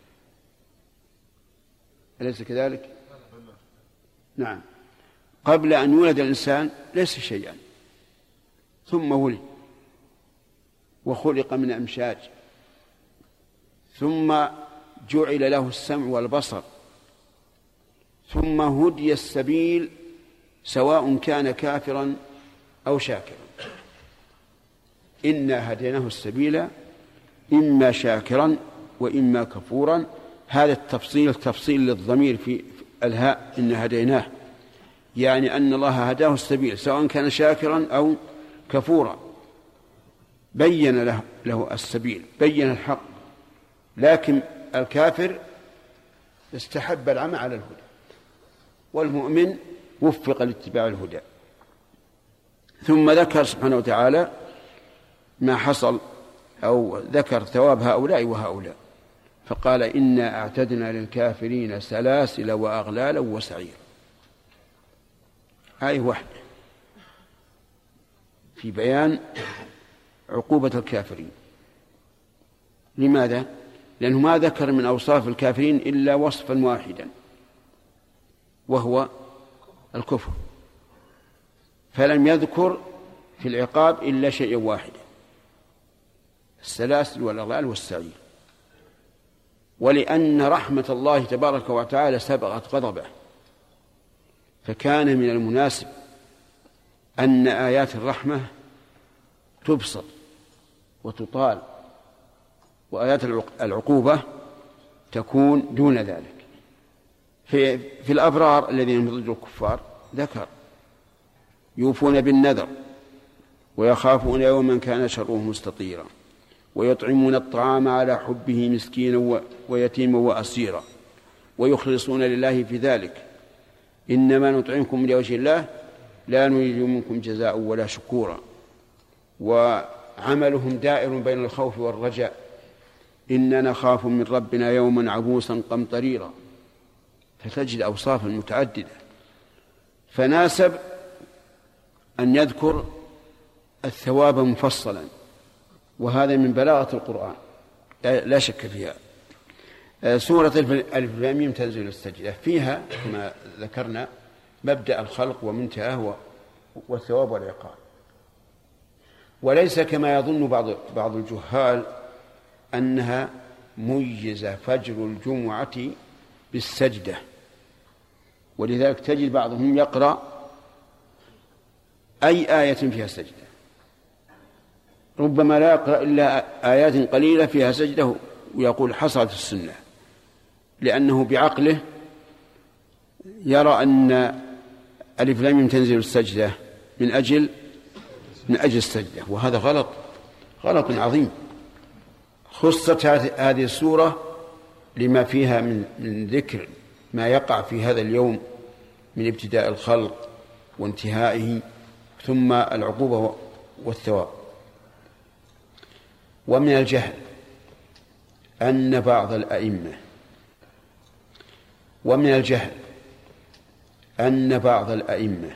أليس كذلك؟ نعم. قبل أن يولد الإنسان ليس شيئا، ثم ولد وخلق من أمشاج، ثم جعل له السمع والبصر، ثم هدي السبيل سواء كان كافرا أو شاكرا. إنا هديناه السبيل إما شاكرا وإما كفورا. هذا التفصيل تفصيل للضمير في الهاء، إن هديناه، يعني أن الله هداه السبيل سواء كان شاكرا أو كفورا. بين له السبيل، بين الحق، لكن الكافر استحب العمى على الهدى، والمؤمن وفق لاتباع الهدى. ثم ذكر سبحانه وتعالى ما حصل، أو ذكر ثواب هؤلاء وهؤلاء، فقال: إنا أعتدنا للكافرين سلاسل وأغلالا وسعيرا. آية واحدة في بيان عقوبة الكافرين. لماذا؟ لأنه ما ذكر من أوصاف الكافرين إلا وصفا واحدا، وهو الكفر، فلم يذكر في العقاب إلا شيء واحد: السلاسل والأغلال والسعير. ولأن رحمة الله تبارك وتعالى سبقت غضبه، فكان من المناسب أن آيات الرحمة تبسط وتطال، وآيات العقوبة تكون دون ذلك. في الأبرار الذين هم ضد الكفار ذكر: يوفون بالنذر ويخافون يوما كان شره مستطيرا ويطعمون الطعام على حبه مسكينا ويتيما وأسيرا ويخلصون لله في ذلك، إنما نطعمكم لوجه الله لا نريد منكم جزاء ولا شكورا. وعملهم دائر بين الخوف والرجاء، إننا نخاف من ربنا يوما عبوسا قمطريرا. فتجد أوصافا متعددة، فناسب أن يذكر الثواب مفصلا، وهذا من بلاغة القرآن لا شك فيها. سورة ألف لام ميم تنزيل السجدة فيها كما ذكرنا مبدأ الخلق ومنتهاه والثواب والعقاب. وليس كما يظن بعض الجهال أنها ميز فجر الجمعة بالسجدة، ولذلك تجد بعضهم يقرأ أي آية فيها سجدة، ربما لا يقرأ إلا آيات قليلة فيها سجدة ويقول حصلت السنة، لأنه بعقله يرى أن ألف لام ميم تنزل السجدة من أجل السجدة، وهذا غلط عظيم. خصت هذه السورة لما فيها من ذكر ما يقع في هذا اليوم من ابتداء الخلق وانتهائه ثم العقوبة والثواب. ومن الجهل أن بعض الأئمة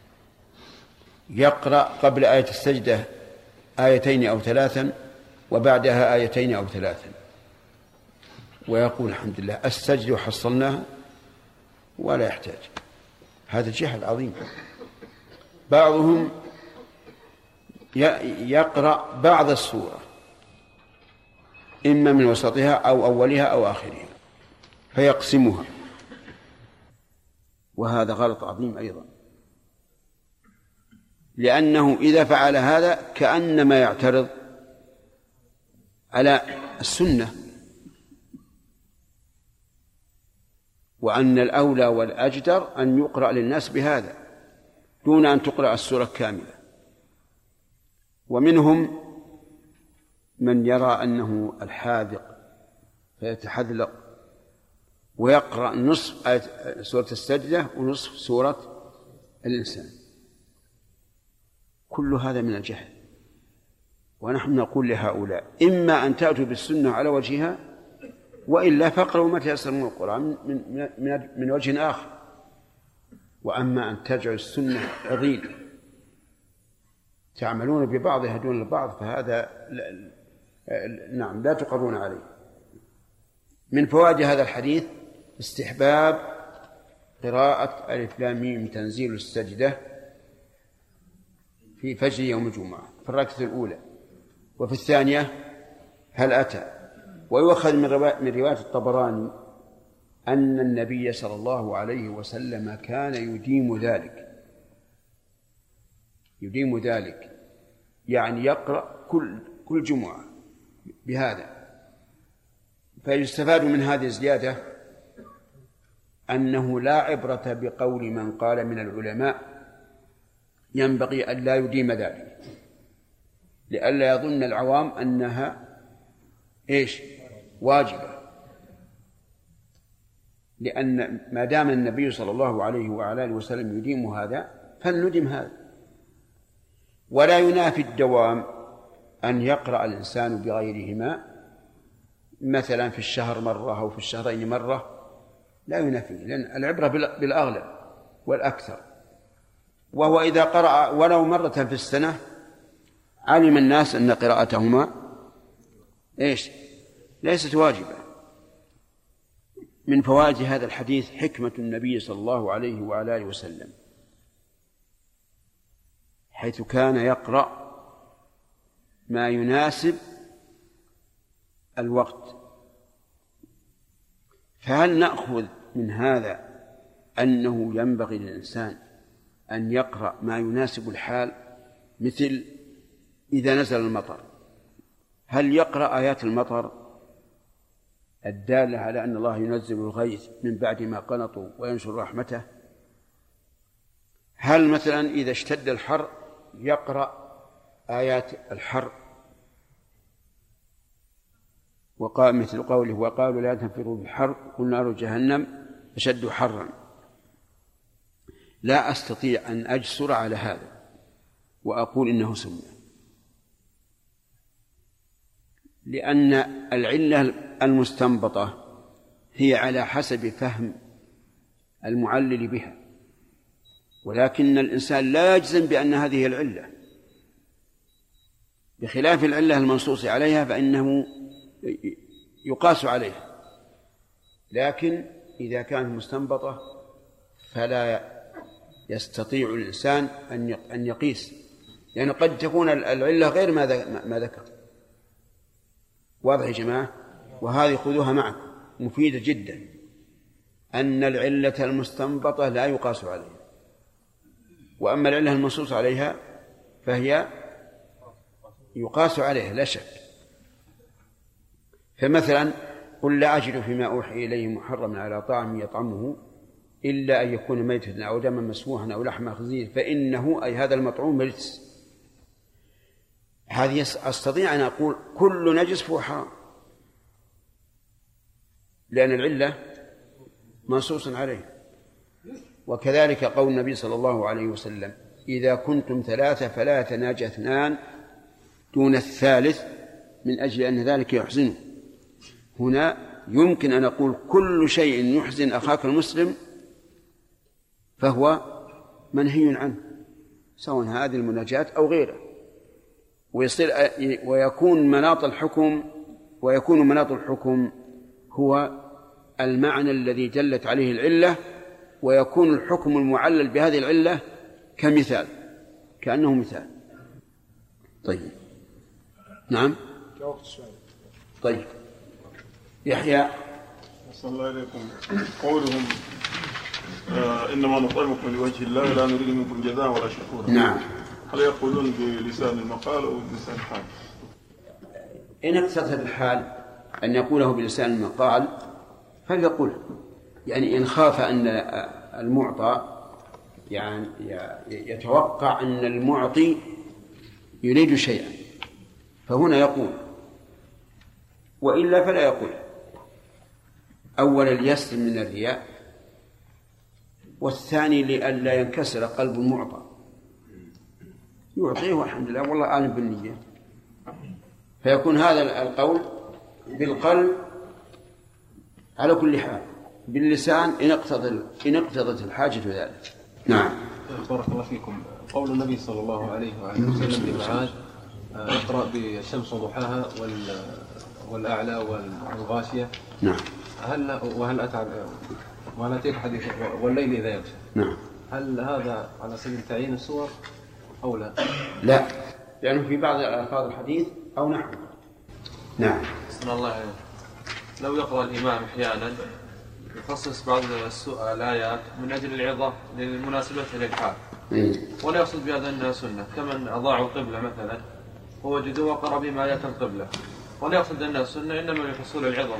يقرأ قبل آية السجدة آيتين أو ثلاثا وبعدها آيتين أو ثلاثا ويقول الحمد لله السجد وحصلناها ولا يحتاج. هذا جهل عظيم. بعضهم يقرأ بعض السورة إما من وسطها أو أولها أو آخرها فيقسمها، وهذا غلط عظيم أيضا، لأنه إذا فعل هذا كأنما يعترض على السنة، وأن الأولى والأجدر أن يقرأ للناس بهذا دون أن تقرأ السورة كاملة. ومنهم من يرى أنه الحاذق فيتحذلق ويقرأ نصف آية سورة السجدة ونصف سورة الإنسان. كل هذا من الجهل. ونحن نقول لهؤلاء إما أن تأتوا بالسنة على وجهها وإلا فاقرأوا ما تيسر من القرآن من وجه آخر. وأما أن تجعلوا السنة عضيل تعملون ببعضها دون البعض فهذا نعم لا تقرون عليه. من فوائد هذا الحديث استحباب قراءة ألف لام ميم تنزيل السجدة في فجر يوم الجمعة في الركعة الأولى، وفي الثانية هل أتى. ويؤخذ من رواية الطبراني أن النبي صلى الله عليه وسلم كان يديم ذلك يعني يقرأ كل جمعة بهذا. فيستفاد من هذه الزيادة أنه لا عبرة بقول من قال من العلماء ينبغي أن لا يديم ذلك، لئلا يظن العوام أنها واجبة، لأن ما دام النبي صلى الله عليه وعلى آله وسلم يديم هذا فلندم هذا. ولا ينافي الدوام أن يقرأ الإنسان بغيرهما، مثلا في الشهر مرة أو في الشهرين مرة، لا ينافي، لأن العبرة بالأغلب والأكثر. وهو إذا قرأ ولو مرة في السنة علم الناس أن قراءتهما ليست واجبة. من فوائد هذا الحديث حكمة النبي صلى الله عليه وعلى آله وسلم، حيث كان يقرأ ما يناسب الوقت. فهل نأخذ من هذا أنه ينبغي للإنسان أن يقرأ ما يناسب الحال؟ مثل إذا نزل المطر هل يقرأ آيات المطر الدالة على أن الله ينزل الغيث من بعد ما قنطوا وينشر رحمته؟ هل مثلا إذا اشتد الحر يقرأ آيات الحر وقال مثل قوله وقالوا لا تنفروا بالحر قل نار جهنم أشد حرا؟ لا أستطيع أن أجسر على هذا وأقول إنه سنة، لأن العلة المستنبطة هي على حسب فهم المعلل بها، ولكن الإنسان لا يجزم بأن هذه العلة، بخلاف العلة المنصوص عليها فإنه يقاس عليها. لكن إذا كانت مستنبطة فلا يستطيع الإنسان أن يقيس، يعني قد تكون العلة غير ما ذكر. واضح يا جماعة؟ وهذه خذوها معكم مفيدة جدا، أن العلة المستنبطة لا يقاس عليها، وأما العلة المنصوص عليها فهي يقاس عليها لا شك. فمثلا قل لا أجد فيما أوحي إليه محرما على طاعم يطعمه إلا أن يكون ميتة أو دما مسفوحا أو لحم خنزير فإنه أي هذا المطعوم رجس. هذه أستطيع أن أقول كل نجس فهو حرام، لأن العلة منصوص عليه. وكذلك قول النبي صلى الله عليه وسلم إذا كنتم ثلاثة فلا يتناجى اثنان دون الثالث من أجل أن ذلك يحزنه. هنا يمكن أن أقول كل شيء يحزن أخاك المسلم فهو منهي عنه، سواء هذه المناجاة أو غيره، ويكون مناط الحكم هو المعنى الذي دلت عليه العلة، ويكون الحكم المعلل بهذه العلة كمثال، كأنه مثال. طيب نعم. طيب يحيى صلى الله عليكم. قولهم إنما نطعمكم لوجه الله لا نريد منكم جزاء ولا شكورا. نعم. هل يقولون بلسان المقال أو بلسان الحال؟ إن اقتضت الحال أن يقوله بلسان المقال فليقول، يعني إن خاف أن المعطى يعني يتوقع أن المعطي يريد شيئا فهنا يقول، وإلا فلا يقول. أولا ليسلم من الرياء، والثاني لئلا ينكسر قلب المعطى، يعطيه والحمد لله والله أعلم بالنية، فيكون هذا القول بالقلب على كل حال، باللسان إن اقتضت الحاجة ذلك. نعم. بارك الله فيكم. قول النبي صلى الله عليه وسلم لمعاذ اقرأ بالشمس وضحاها والأعلى والغاشية. نعم. وهل أتيك حديث والليل إذا يغشى. نعم. هل هذا على سبيل تعيين السور أو لا؟ لا، لأنه في بعض ألفاظ الحديث أو نحو. نعم. صلى الله عليه وسلم. لو يقرأ الإمام أحيانا يخصص بعض الآيات من أجل العظة لمناسبتها للحال، ولا يقصد بهذا أنها سنة، كمن أضاعوا القبلة مثلا ووجدوا وقرأ بما آيات القبلة، ولا يقصد أنها سنة إنما لحصول العظة.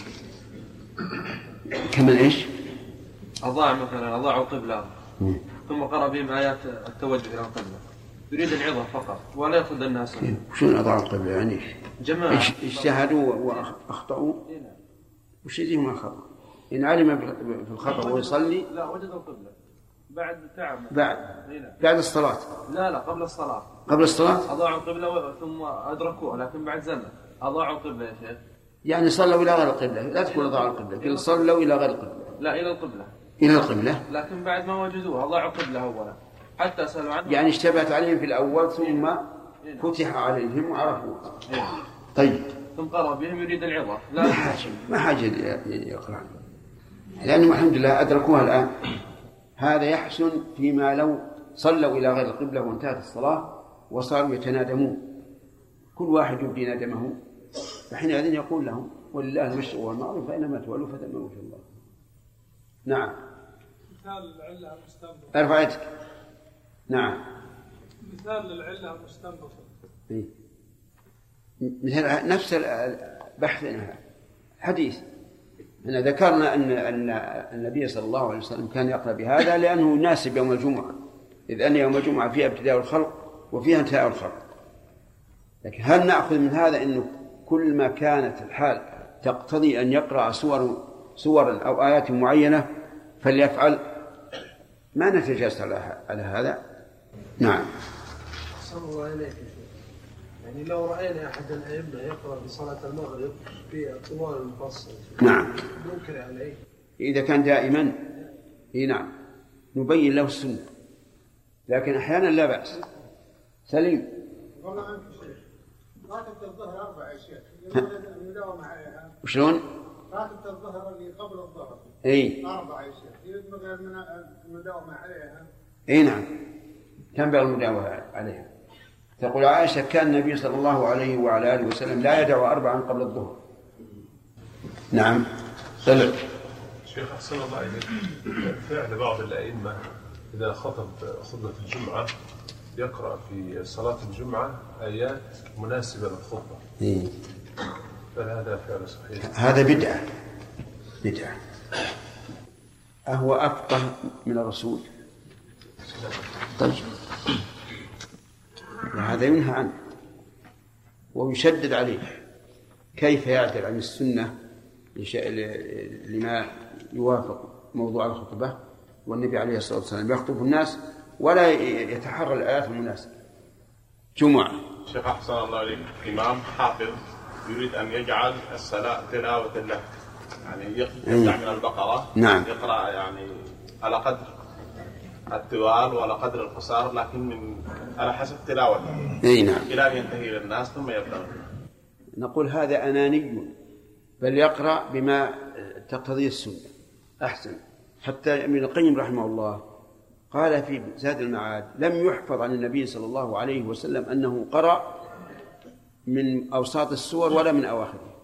كمن إيش؟ أضاعوا القبلة ثم قرأ بهم آيات التوجه إلى القبلة، يريد العظة فقط ولا يقصد أنها سنة. شنو أضاعوا القبلة يعني؟ جماعة اجتهدوا وأخطأوا، وش يجيهم الخطأ؟ إن علم في الخطأ ويصلي لا وجد القبلة بعد تعب بعد الصلاة. لا قبل الصلاة. قبل الصلاة أضاعوا القبلة ثم أدركوه لكن بعد زمن. أضاعوا القبلة يا شيخ، يعني صلوا إلى غير القبلة، لا تقول أضاعوا القبلة، قل صلوا إلى غير القبلة. لا إلى القبلة. إلى القبلة لكن بعد ما وجدوها أضاعوا القبلة أولا حتى سألوا عنه، يعني اشتبهت عليهم في الأول ثم فتح عليهم وعرفوها. طيب ثم قرأ بهم يريد العظة. لا ما حاجة يقرأ، لأنهم الحمد لله أدركوها الآن. هذا يحسن فيما لو صلوا إلى غير القبلة وانتهت الصلاة وصاروا يتنادمون، كل واحد يبدي ندمه، فحينئذ يقول لهم ولله المشرق والمغرب فإنما تولوا فتم وجه الله. نعم. مثال العلة المستنبطة. ارفع يدك. نعم. مثال للعلة المستنبطة. مثل نفس البحث حديث. أنا ذكرنا أن النبي صلى الله عليه وسلم كان يقرأ بهذا لأنه يناسب يوم الجمعة، إذ أن يوم الجمعة فيها ابتداء الخلق وفيها انتهاء الخلق. لكن هل نأخذ من هذا أنه كل ما كانت الحال تقتضي أن يقرأ صورا أو آيات معينة فليفعل؟ ما نتجاوز على هذا. نعم. صلى الله عليه وسلم. يعني لو رأينا أحد الأئمة يقرأ بصلاة المغرب في الطوال المفصل، نعم، ننكر عليه إذا كان دائما. نعم، نبين له السنة، لكن أحيانا لا بأس. سليم. والله أنت شيخ راتب الظهر 4 يا شيخ المداومة عليها. وشلون؟ راتب الظهر اللي قبل الظهر 4 يا شيخ ينبغي المداومة عليها اي نعم، تنبغي المداومة عليها. تقول عائشة: كان النبي صلى الله عليه وعلى آله وسلم لا يدع 4 قبل الظهر. نعم. طلع شيخ أحسن الله إليك، فعل بعض الأئمة إذا خطب خطبة الجمعة يقرأ في صلاة الجمعة آيات مناسبة للخطبة. بل هذا فعل صحيح؟ هذا بدعة. أهو أفقه من الرسول؟ طيب، وهذا ينهى عنه ويشدد عليه. كيف يعدل عن السنة لما يوافق موضوع الخطبة، والنبي عليه الصلاة والسلام يخطب الناس ولا يتحرى الآيات المناسبة؟ جمعة. شيخ أحسن الله إليك، إمام حافظ يريد أن يجعل الصلاة تلاوة له، يعني يبدأ من البقرة. نعم. يقرأ يعني على قدر الطوال وعلى قدر القصار، لكن على حسب تلاوته. نعم. إلى أن ينتهي للناس ثم يبدأ. نقول هذا أناني، بل يقرأ بما تقتضيه السنة أحسن. حتى ابن القيم رحمه الله قال في زاد المعاد: لم يحفظ عن النبي صلى الله عليه وسلم أنه قرأ من أوساط السور ولا من أواخرها.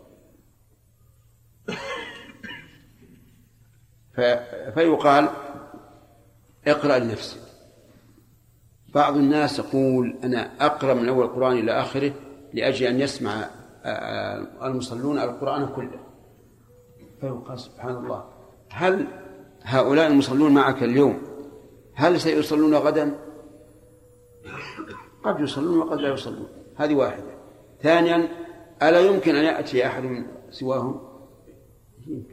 فيقال: اقرأ لنفسك. بعض الناس يقول: أنا أقرأ من أول القرآن إلى آخره لأجل أن يسمع المصلون القرآن كله. فيقال: سبحان الله، هل هؤلاء المصلون معك اليوم هل سيصلون غدا؟ قد يصلون وقد لا يصلون. هذه واحدة. ثانيا: ألا يمكن أن يأتي أحد سواهم؟ يمكن.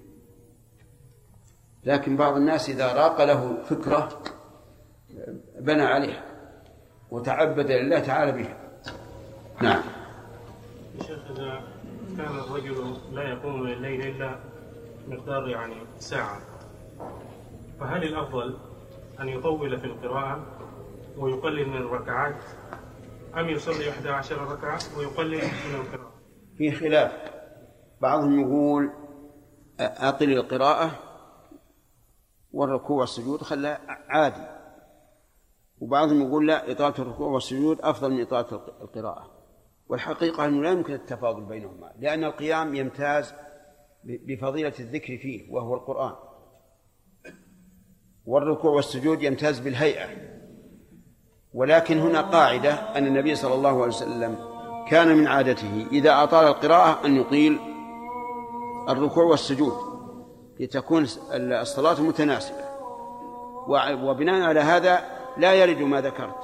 لكن بعض الناس إذا راق له فكرة بنى عليها وتعبد لله تعالى بها. نعم. شيخ، إذا كان الرجل لا يقوم من الليل إلا مقدار ساعة، فهل الأفضل أن يطول في القراءة ويقلل من الركعات، أم يصلي 11 ركعة ويقلل من القراءة؟ في خلاف. بعضهم يقول أطل القراءة والركوع والسجود خلى عادي، وبعضهم يقول لا، إطالة الركوع والسجود أفضل من إطالة القراءة. والحقيقة أنه لا يمكن التفاضل بينهما، لأن القيام يمتاز بفضيلة الذكر فيه وهو القرآن، والركوع والسجود يمتاز بالهيئة. ولكن هنا قاعدة أن النبي صلى الله عليه وسلم كان من عادته إذا أطال القراءة أن يطيل الركوع والسجود لتكون الصلاة متناسبة. وبناء على هذا لا يرد ما ذكرت.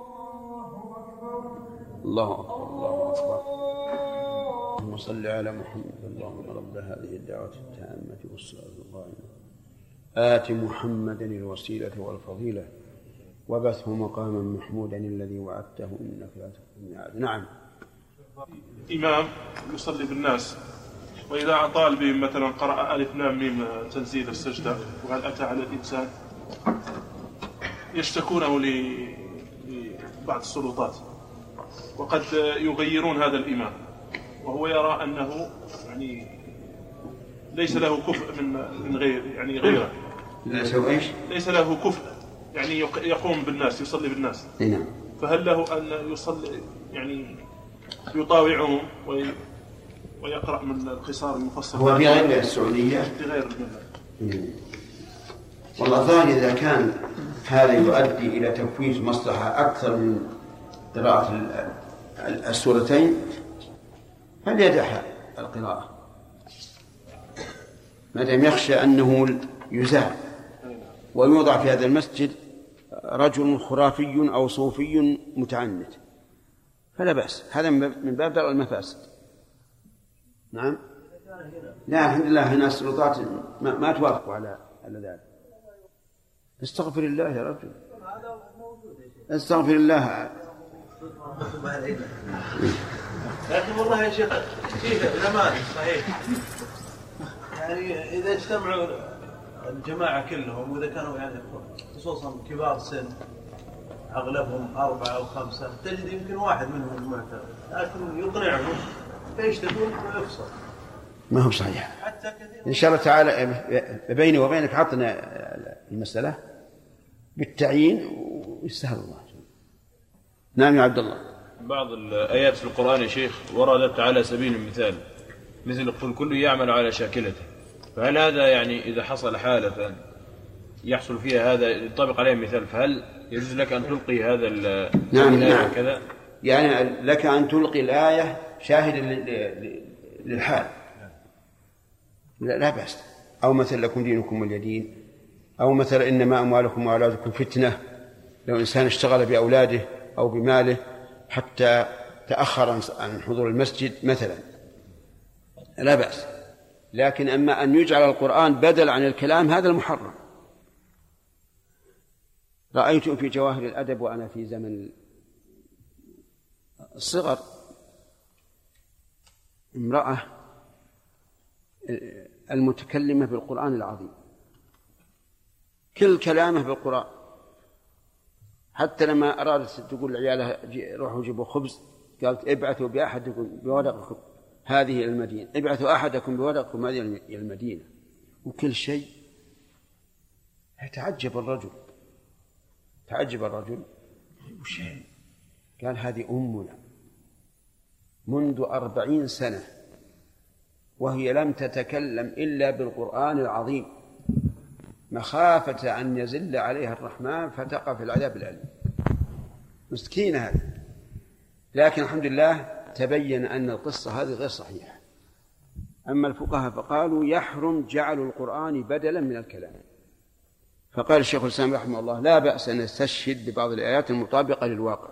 الله أكبر الله أكبر. اللهم صل على محمد. اللهم رب هذه الدعوة التامة والصلاة القائمة آت محمدا الوسيلة والفضيلة وبثه مقاما محمودا الذي وعدته إنك لا تخلف الميعاد. نعم. إمام يصلي بالناس وإذا أطال بهم مثلا قرأ ألف لام ميم تنزيل السجدة وهل أتى على الإنسان، يشتكونه لبعض السلطات وقد يغيرون هذا الإمام، وهو يرى أنه ليس له كفء من غيره. ليس له كفء يقوم بالناس يصلي بالناس. نعم. فهل له أن يصلي يطاوعهم ويقرأ من القصار المفصل؟ هو في غير السعودية. في غير والله ظاهر إذا كان هذا يؤدي إلى تفويت مصلحة أكثر من قراءة السورتين فليدعها القراءة ما دام يخشى أنه يزال ويوضع في هذا المسجد رجل خرافي أو صوفي متعنت، فلا بأس، هذا من باب درء المفاسد. نعم. لا الحمد لله هنا السلطات ما توافقوا على ذلك. استغفر الله يا رجل، استغفر الله. لكن والله يا شيخ فيه زمان صحيح، إذا اجتمعوا الجماعة كلهم وإذا كانوا خصوصا كبار سن أغلبهم 4 أو 5 تجد يمكن واحد منهم معترض، لكن يقنعهم فيشتكون ويفصل. ما هو صحيح. إن شاء الله تعالى بيني وبينك عطنا المسألة بالتعيين يستاهل الله. نعم يا عبد الله. بعض الآيات في القرآن يا شيخ وردت على سبيل المثال، مثل قل كل يعمل على شاكلته، فهل هذا يعني إذا حصل حالة يحصل فيها هذا ينطبق عليه مثال، فهل يجوز لك أن تلقي هذا نعم كذا؟ يعني لك أن تلقي الآية شاهدا للحال، لا بأس. أو مثل لكم دينكم ولي دين، أو مثل إنما أموالكم وأولادكم فتنة، لو إنسان اشتغل بأولاده أو بماله حتى تأخر عن حضور المسجد مثلا لا بأس. لكن أما أن يجعل القرآن بدل عن الكلام هذا المحرم. رأيت في جواهر الأدب وأنا في زمن الصغر امرأة المتكلمة بالقرآن العظيم، كل كلامه بالقرآن، حتى لما أرادت تقول لعيالها روحوا جيبوا خبز قالت ابعثوا بأحدكم بورقكم هذه إلى المدينة، ابعثوا أحدكم بورقكم هذه إلى المدينة، وكل شيء. تعجب الرجل وش قال هذه أمنا منذ 40 سنة وهي لم تتكلم إلا بالقرآن العظيم مخافة أن يزل عليها الرحمن فتقع في العذاب الأليم. مسكينة هذه. لكن الحمد لله تبين أن القصة هذه غير صحيحة. أما الفقهاء فقالوا يحرم جعل القرآن بدلا من الكلام. فقال الشيخ الإسلام رحمه الله لا بأس أن نستشهد ببعض الآيات المطابقة للواقع.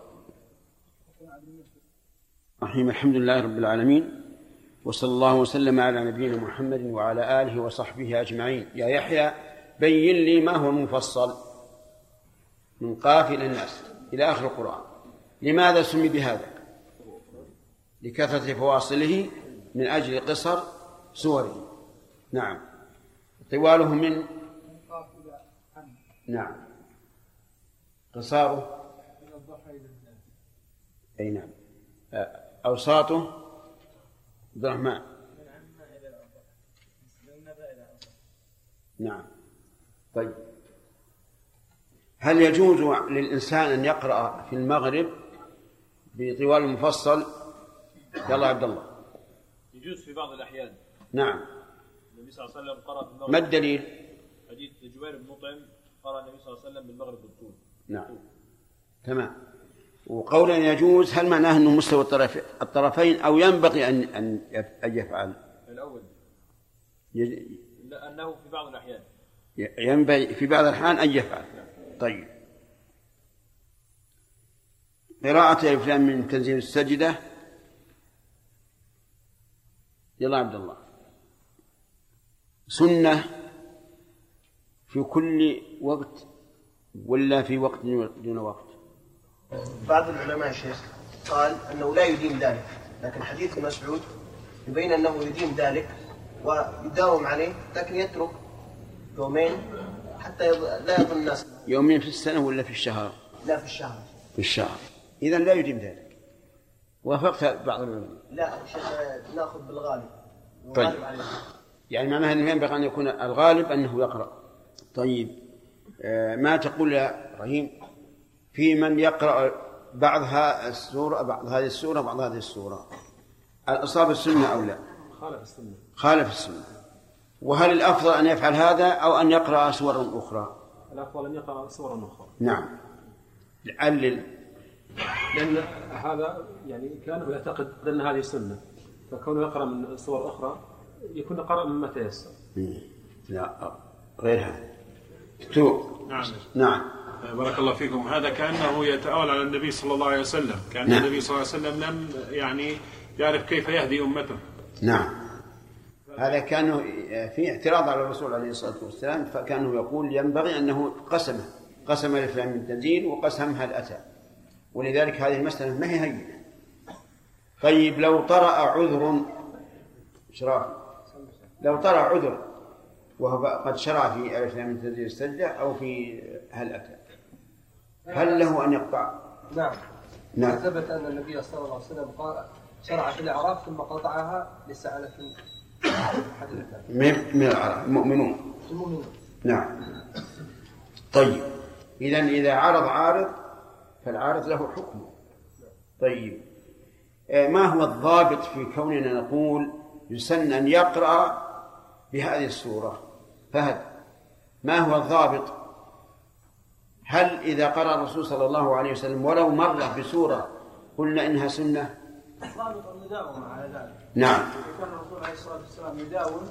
رحيم. الحمد لله رب العالمين، وصلى الله وسلم على نبينا محمد وعلى آله وصحبه أجمعين. يا يحيى بين لي ما هو المفصل من قاف إلى الناس إلى آخر القرآن، لماذا سمي بهذا؟ لكثرة فواصله من أجل قصر سوره. نعم. طواله من نعم قصاره أي نعم أوساطه عبد الرحمن. نعم. طيب هل يجوز للإنسان أن يقرأ في المغرب بطوال المفصل؟ يلا عبد الله. يجوز في بعض الأحيان. نعم. النبي صلى الله عليه وسلم قرأ في المغرب. ما الدليل؟ حديث جبير بن مطعم قرأ النبي صلى الله عليه وسلم بالمغرب بالطول. نعم تمام. وقولا يجوز هل معناه أنه مستوى الطرفين أو ينبغي أن يفعل؟ الأول أنه في بعض الأحيان ينبغي في بعض الأحيان أن يفعل. طيب قراءة ألف لام من تنزيل السجدة. يلا عبد الله. سنة في كل وقت ولا في وقت دون وقت؟ بعض العلماء يا شيخ قال أنه لا يديم ذلك، لكن حديث مسعود يبين أنه يديم ذلك ويداوم عليه، لكن يترك يومين حتى لا يظن الناس. يومين في السنة ولا في الشهر؟ لا في الشهر. في الشهر. إذن لا يديم ذلك. وافقت بعض العلماء. لا شيخ نأخذ بالغالب. طيب يعني معناها أنه ينبغي أن يكون الغالب أنه يقرأ. طيب ما تقول يا رحيم في من يقرأ بعض هذه السورة بعض هذه السورة بعض هذه السورة، أصاب السنة أو لا؟ خالف السنة. وهل الأفضل أن يفعل هذا أو أن يقرأ سورا أخرى؟ الأفضل أن يقرأ سورا أخرى. نعم. علل. لأن هذا يعني كان يعتقد أن هذه سنة، فكونه يقرأ من سور أخرى يكون قرأ مما تيسر. لا غير هذا. نعم. بارك الله فيكم. هذا كأنه يتأول على النبي صلى الله عليه وسلم، كأن نعم. النبي صلى الله عليه وسلم لم يعني يعرف كيف يهدي أمته. نعم. هذا كانه في اعتراض على الرسول عليه الصلاة والسلام، فكانه يقول ينبغي أنه قسم ألف لام من تنزيل وقسم هل أتى، ولذلك هذه المسألة ما هي هينة. طيب لو طرأ عذر لو طرأ عذر وهو قد شرع في ألف لام من تنزيل السجدة أو في هل أتى، هل له أن يقطع؟ نعم. ثبت أن النبي صلى الله عليه وسلم قال شرع في الأعراف ثم قطعها لسعلة من الأعراف المؤمنون. نعم. طيب إذا عرض فالعارض له حكم. طيب، ما هو الضابط في كوننا نقول يسن أن يقرأ بهذه السورة؟ فهد، ما هو الضابط؟ هل إذا قرأ الرسول صلى الله عليه وسلم ولو مرة بسورة قلنا إنها سنة؟ الضابط أن يداوم على ذلك. نعم. كان الرسول عليه الصلاة والسلام يداوم.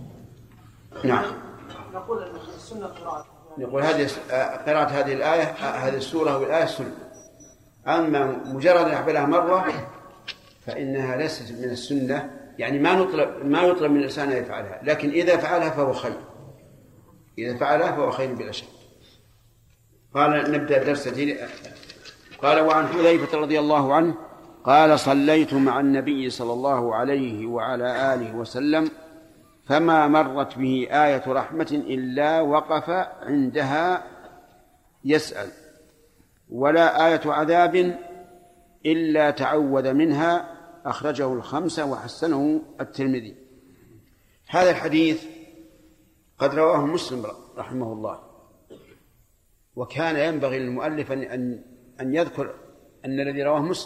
نعم. نقول أن السنة قراءة. نقول هذه قراءة هذه الآية، هذه السورة والآية سنة. أما مجرد يحفظها مرة فإنها ليست من السنة، يعني ما يطلب من الإنسان أن يفعلها، لكن إذا فعلها فهو خير. إذا فعلها فهو خير بلا شك. قال نبدأ درس جديد. قال: وعن حذيفة رضي الله عنه قال: صليت مع النبي صلى الله عليه وعلى آله وسلم فما مرت به آية رحمة إلا وقف عندها يسأل، ولا آية عذاب إلا تعوذ منها. أخرجه الخمسة وحسنه الترمذي. هذا الحديث قد رواه مسلم رحمه الله، وكان ينبغي للمؤلف أن يذكر أن الذي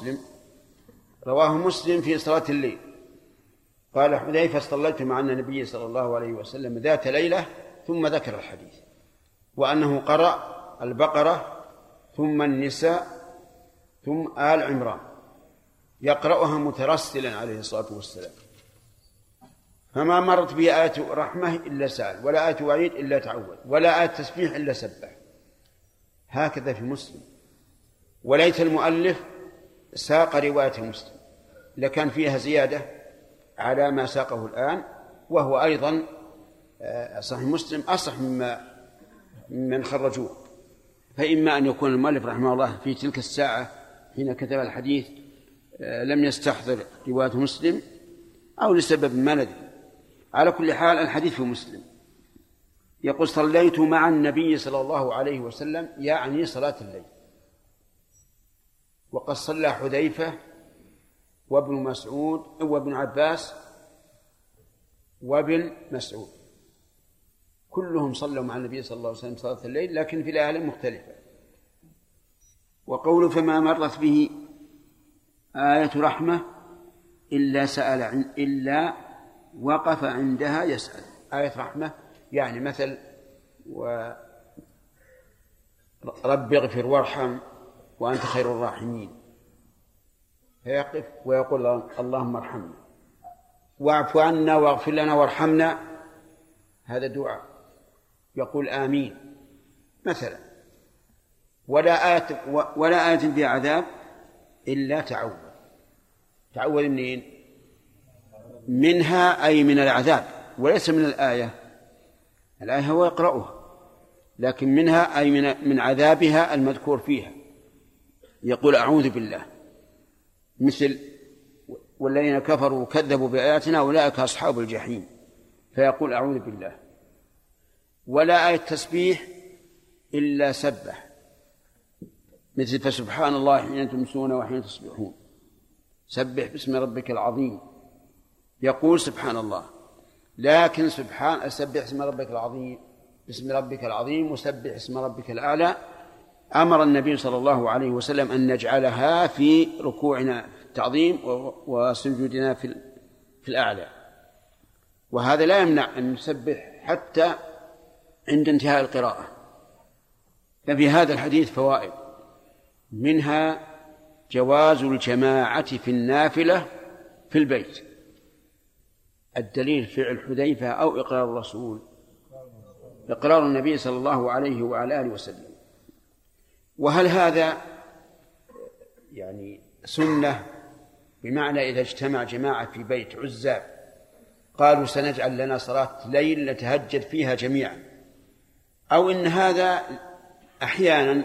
رواه مسلم في صلاة الليل. قال حذيفة: صليت مع النبي صلى الله عليه وسلم ذات ليلة، ثم ذكر الحديث، وأنه قرأ البقرة ثم النساء ثم آل عمران، يقرأها مترسلا عليه الصلاة والسلام. فما مرت به آية رحمة إلا سأل، ولا آية وعيد إلا تعوذ، ولا آية تسبيح إلا سبح. هكذا في مسلم. وليت المؤلف ساق رواية مسلم لكان فيها زيادة على ما ساقه الآن، وهو أيضا صحيح مسلم أصح ممن خرجوه. فإما أن يكون المؤلف رحمه الله في تلك الساعة حين كتب الحديث لم يستحضر رواية مسلم، أو لسبب ما ندري. على كل حال الحديث في مسلم. يقول: صليت مع النبي صلى الله عليه وسلم، يعني صلاة الليل. وقد صلى حذيفة وابن مسعود وابن عباس وابن مسعود، كلهم صلوا مع النبي صلى الله عليه وسلم صلاة الليل، لكن في الآية مختلفة. وقول فما مرت به آية رحمة إلا وقف عندها يسأل. آية رحمة يعني مثل رب اغفر وارحم وأنت خير الراحمين، فيقف ويقول اللهم ارحمنا واعف عنا واغفر لنا وارحمنا، هذا دعاء، يقول آمين مثلا. ولا آية فيها عذاب إلا تعوذ منين؟ منها أي من العذاب، وليس من الآية هو يقرأها، لكن منها أي من عذابها المذكور فيها. يقول أعوذ بالله، مثل والذين كفروا وكذبوا بآياتنا أولئك أصحاب الجحيم، فيقول أعوذ بالله. ولا آية تسبيح إلا سبح، مثل فسبحان الله حين تمسون وحين تصبحون، سبح باسم ربك العظيم، يقول سبحان الله. لكن سبح اسم ربك العظيم، باسم ربك العظيم وسبح اسم ربك الأعلى، أمر النبي صلى الله عليه وسلم أن نجعلها في ركوعنا في التعظيم وسجودنا في الأعلى. وهذا لا يمنع أن نسبح حتى عند انتهاء القراءة. ففي هذا الحديث فوائد، منها جواز الجماعة في النافلة في البيت. الدليل فعل حذيفة أو إقرار الرسول؟ إقرار النبي صلى الله عليه وعلى آله وسلم. وهل هذا يعني سنة، بمعنى إذا اجتمع جماعة في بيت عزاب قالوا سنجعل لنا صلاة ليل نتهجد فيها جميعا، أو إن هذا أحيانا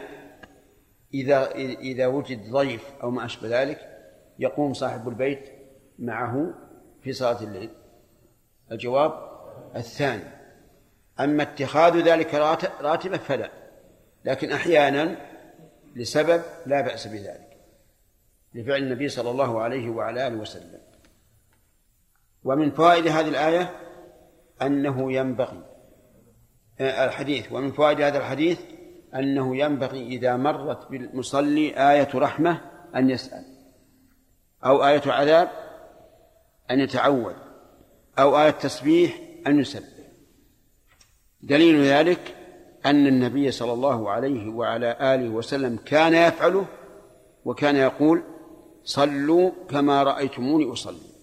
إذا وجد ضيف أو ما أشبه ذلك يقوم صاحب البيت معه في صلاة الليل؟ الجواب الثاني. أما اتخاذ ذلك راتبة فلا، لكن أحيانا لسبب لا بأس بذلك، لفعل النبي صلى الله عليه وعلى آله وسلم. ومن فوائد هذه الآية أنه ينبغي الحديث، ومن فوائد هذا الحديث أنه ينبغي إذا مرت بالمصلي آية رحمة أن يسأل، أو آية عذاب أن يتعوذ، أو آية تسبيح أن يسبح. دليل ذلك أن النبي صلى الله عليه وعلى آله وسلم كان يفعله، وكان يقول: صلوا كما رأيتموني أصلي.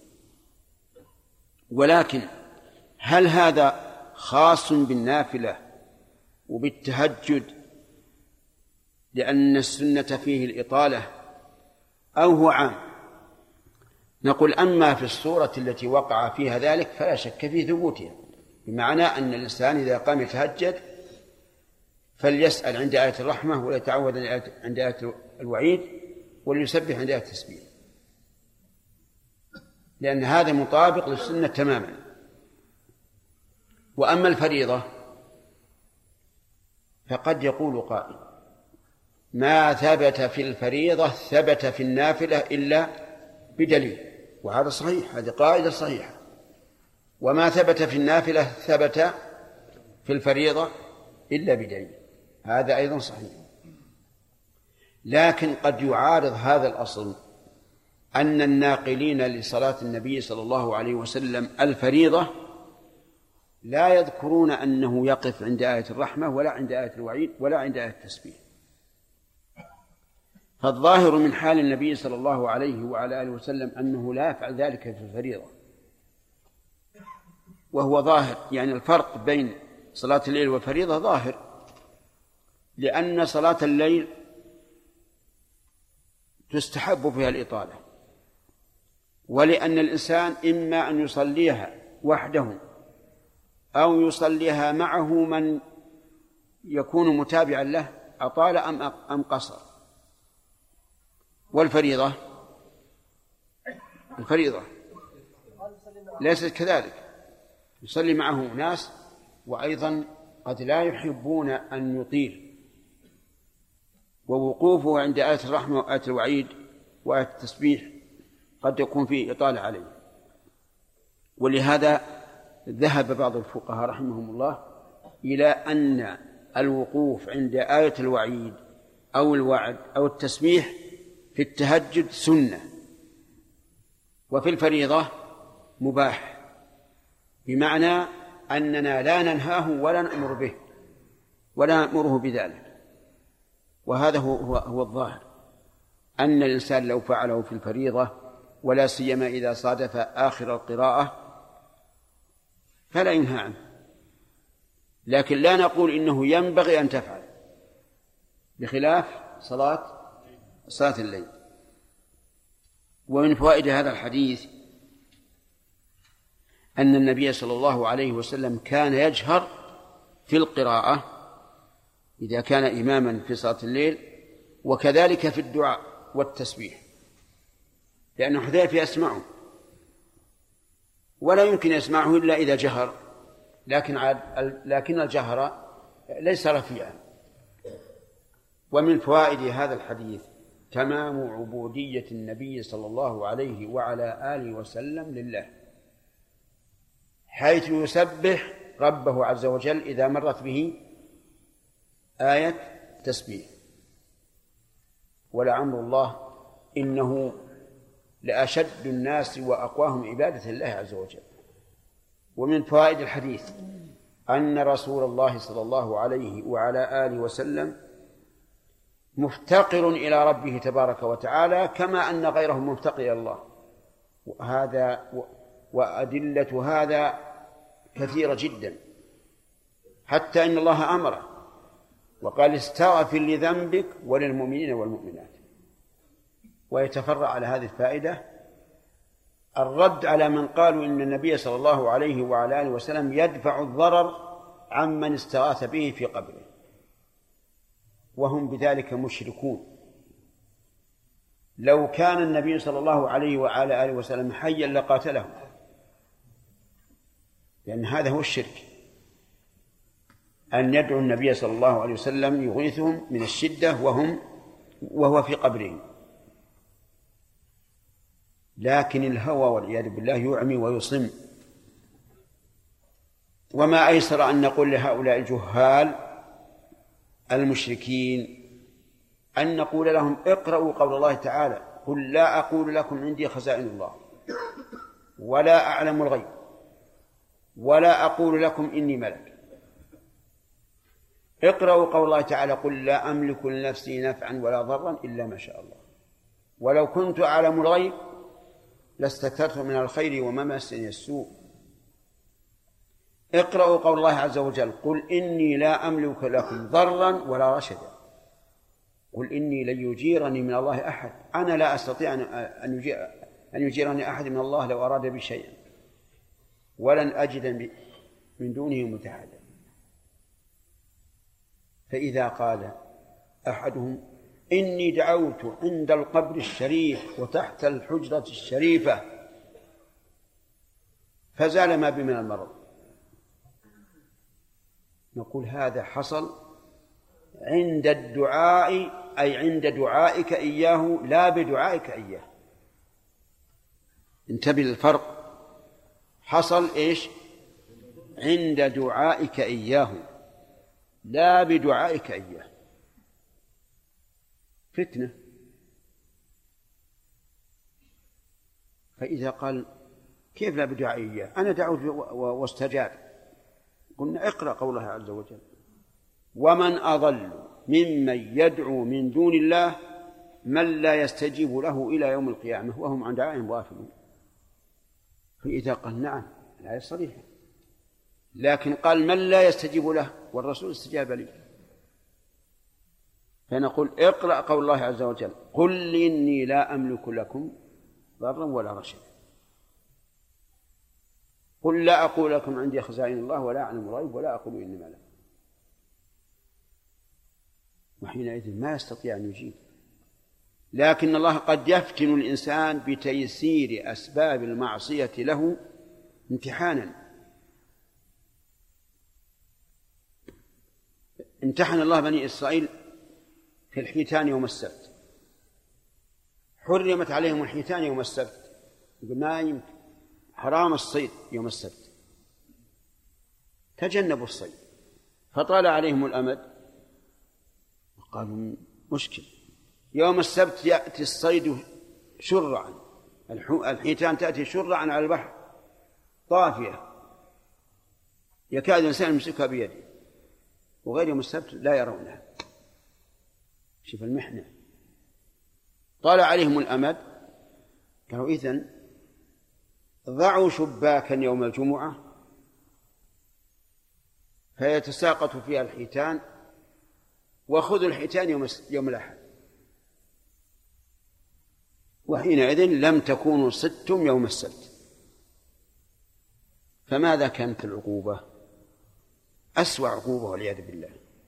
ولكن هل هذا خاص بالنافلة وبالتهجد لأن السنة فيه الإطالة، أو هو عام؟ نقول: أما في الصورة التي وقع فيها ذلك فلا شك في ثبوتها، بمعنى أن الإنسان إذا قام يتهجد فليسأل عند آية الرحمة، وليتعوذ عند آية الوعيد، وليسبح عند آية التسبيح، لأن هذا مطابق للسنة تماما. وأما الفريضة فقد يقول قائل: ما ثبت في الفريضة ثبت في النافلة إلا بدليل، وهذا صحيح، هذه قاعدة صحيحة. وما ثبت في النافلة ثبت في الفريضة إلا بدليل، هذا أيضا صحيح. لكن قد يعارض هذا الأصل أن الناقلين لصلاة النبي صلى الله عليه وسلم الفريضة لا يذكرون أنه يقف عند آية الرحمة ولا عند آية الوعيد ولا عند آية التسبيح. فالظاهر من حال النبي صلى الله عليه وعلى آله وسلم أنه لا يفعل ذلك في الفريضة، وهو ظاهر، يعني الفرق بين صلاة الليل والفريضة ظاهر، لأن صلاة الليل تستحب فيها الإطالة، ولأن الإنسان إما أن يصليها وحده أو يصليها معه من يكون متابعا له، أطال أم قصر. والفريضة ليست كذلك، يصلي معه ناس، وأيضا قد لا يحبون أن يطيل، ووقوفه عند آية الرحمة وآية الوعيد وآية التسبيح قد يكون فيه إطالة عليه. ولهذا ذهب بعض الفقهاء رحمهم الله إلى أن الوقوف عند آية الوعيد أو الوعد أو التسبيح في التهجد سنة، وفي الفريضة مباح، بمعنى أننا لا ننهاه ولا نأمر به ولا نأمره بذلك. وهذا هو الظاهر، أن الإنسان لو فعله في الفريضة، ولا سيما إذا صادف آخر القراءة، فلا ينهى عنه، لكن لا نقول إنه ينبغي أن تفعل، بخلاف صلاة الليل. ومن فوائد هذا الحديث أن النبي صلى الله عليه وسلم كان يجهر في القراءة إذا كان إماما في صلاة الليل، وكذلك في الدعاء والتسبيح، لأن حذيفة يسمعه، ولا يمكن يسمعه إلا إذا جهر، لكن الجهر ليس رفيعا. ومن فوائد هذا الحديث تمام عبودية النبي صلى الله عليه وعلى آله وسلم لله، حيث يسبح ربه عز وجل إذا مرت به آية تسبيح: ولعمر الله إنه لأشد الناس وأقواهم عبادة الله عز وجل. ومن فوائد الحديث أن رسول الله صلى الله عليه وعلى آله وسلم مفتقر إلى ربه تبارك وتعالى، كما أن غيره مفتقر إلى الله. وأدلة هذا كثيرة جدا، حتى إن الله أمره وقال: استغفر لذنبك وللمؤمنين والمؤمنات. ويتفرع على هذه الفائدة الرد على من قالوا إن النبي صلى الله عليه وعلى آله وسلم يدفع الضرر عمن استغاث به في قبره، وهم بذلك مشركون. لو كان النبي صلى الله عليه وعلى آله وسلم حيا لقاتله، لأن هذا هو الشرك، أن يدعو النبي صلى الله عليه وسلم يغيثهم من الشدة وهو في قبرهم. لكن الهوى والعياذ بالله يعمي ويصم. وما أيسر أن نقول لهؤلاء الجهال المشركين أن نقول لهم اقرأوا قول الله تعالى قل لا أقول لكم عندي خزائن الله ولا أعلم الغيب ولا أقول لكم إني ملك. اقرأوا قول الله تعالى قل لا أملك لنفسي نفعا ولا ضرا إلا ما شاء الله ولو كنت أعلم الغيب لاستكثرت من الخير وما مسني السوء. اقرأوا قول الله عز وجل قل إني لا أملك لكم ضرا ولا رشدا قل إني لن يجيرني من الله أحد أنا لا أستطيع أن يجيرني أحد من الله لو أراد بي شيئا ولن أجد من دونه متحدا. فإذا قال أحدهم إني دعوت عند القبر الشريف وتحت الحجرة الشريفة فزال ما بي من المرض، نقول هذا حصل عند الدعاء أي عند دعائك إياه لا بدعائك إياه. انتبه للفرق، حصل إيش؟ عند دعائك إياه لا بدعائك إياه. فتنة. فإذا قال كيف لا بدعائي إياه أنا دعوت واستجاب، قلنا اقرأ قوله عز وجل ومن أضل ممن يدعو من دون الله من لا يستجيب له إلى يوم القيامة وهم عن دعائهم غافلون. فإذا قال نعم الآية صريحة، لكن قال من لا يستجيب له والرسول استجاب لي، فنقول اقرأ قول الله عز وجل قل إني لا أملك لكم ضرا ولا رشدا قل لا أقول لكم عندي خزائن الله ولا أعلم الغيب ولا أقول إني ملك، وحينئذ ما يستطيع أن يجيب. لكن الله قد يفتن الإنسان بتيسير أسباب المعصية له امتحانا. امتحن الله بني إسرائيل في الحيتان يوم السبت، حرمت عليهم الحيتان يوم السبت، ما يمكن حرام الصيد يوم السبت، تجنبوا الصيد، فطال عليهم الأمد قالوا مشكل، يوم السبت يأتي الصيد شرعا، الحيتان تأتي شرعا على البحر طافية يكاد الإنسان يمسكها بيده، وغير يوم السبت لا يرونها. شوف المحنة، طال عليهم الأمد، قالوا إذن ضعوا شباكا يوم الجمعة فيتساقط فيها الحيتان وخذوا الحيتان يوم الأحد، وحينئذ لم تكونوا صدتم يوم السبت. فماذا كانت العقوبة؟ أسوأ عقوبة والعياذ بالله.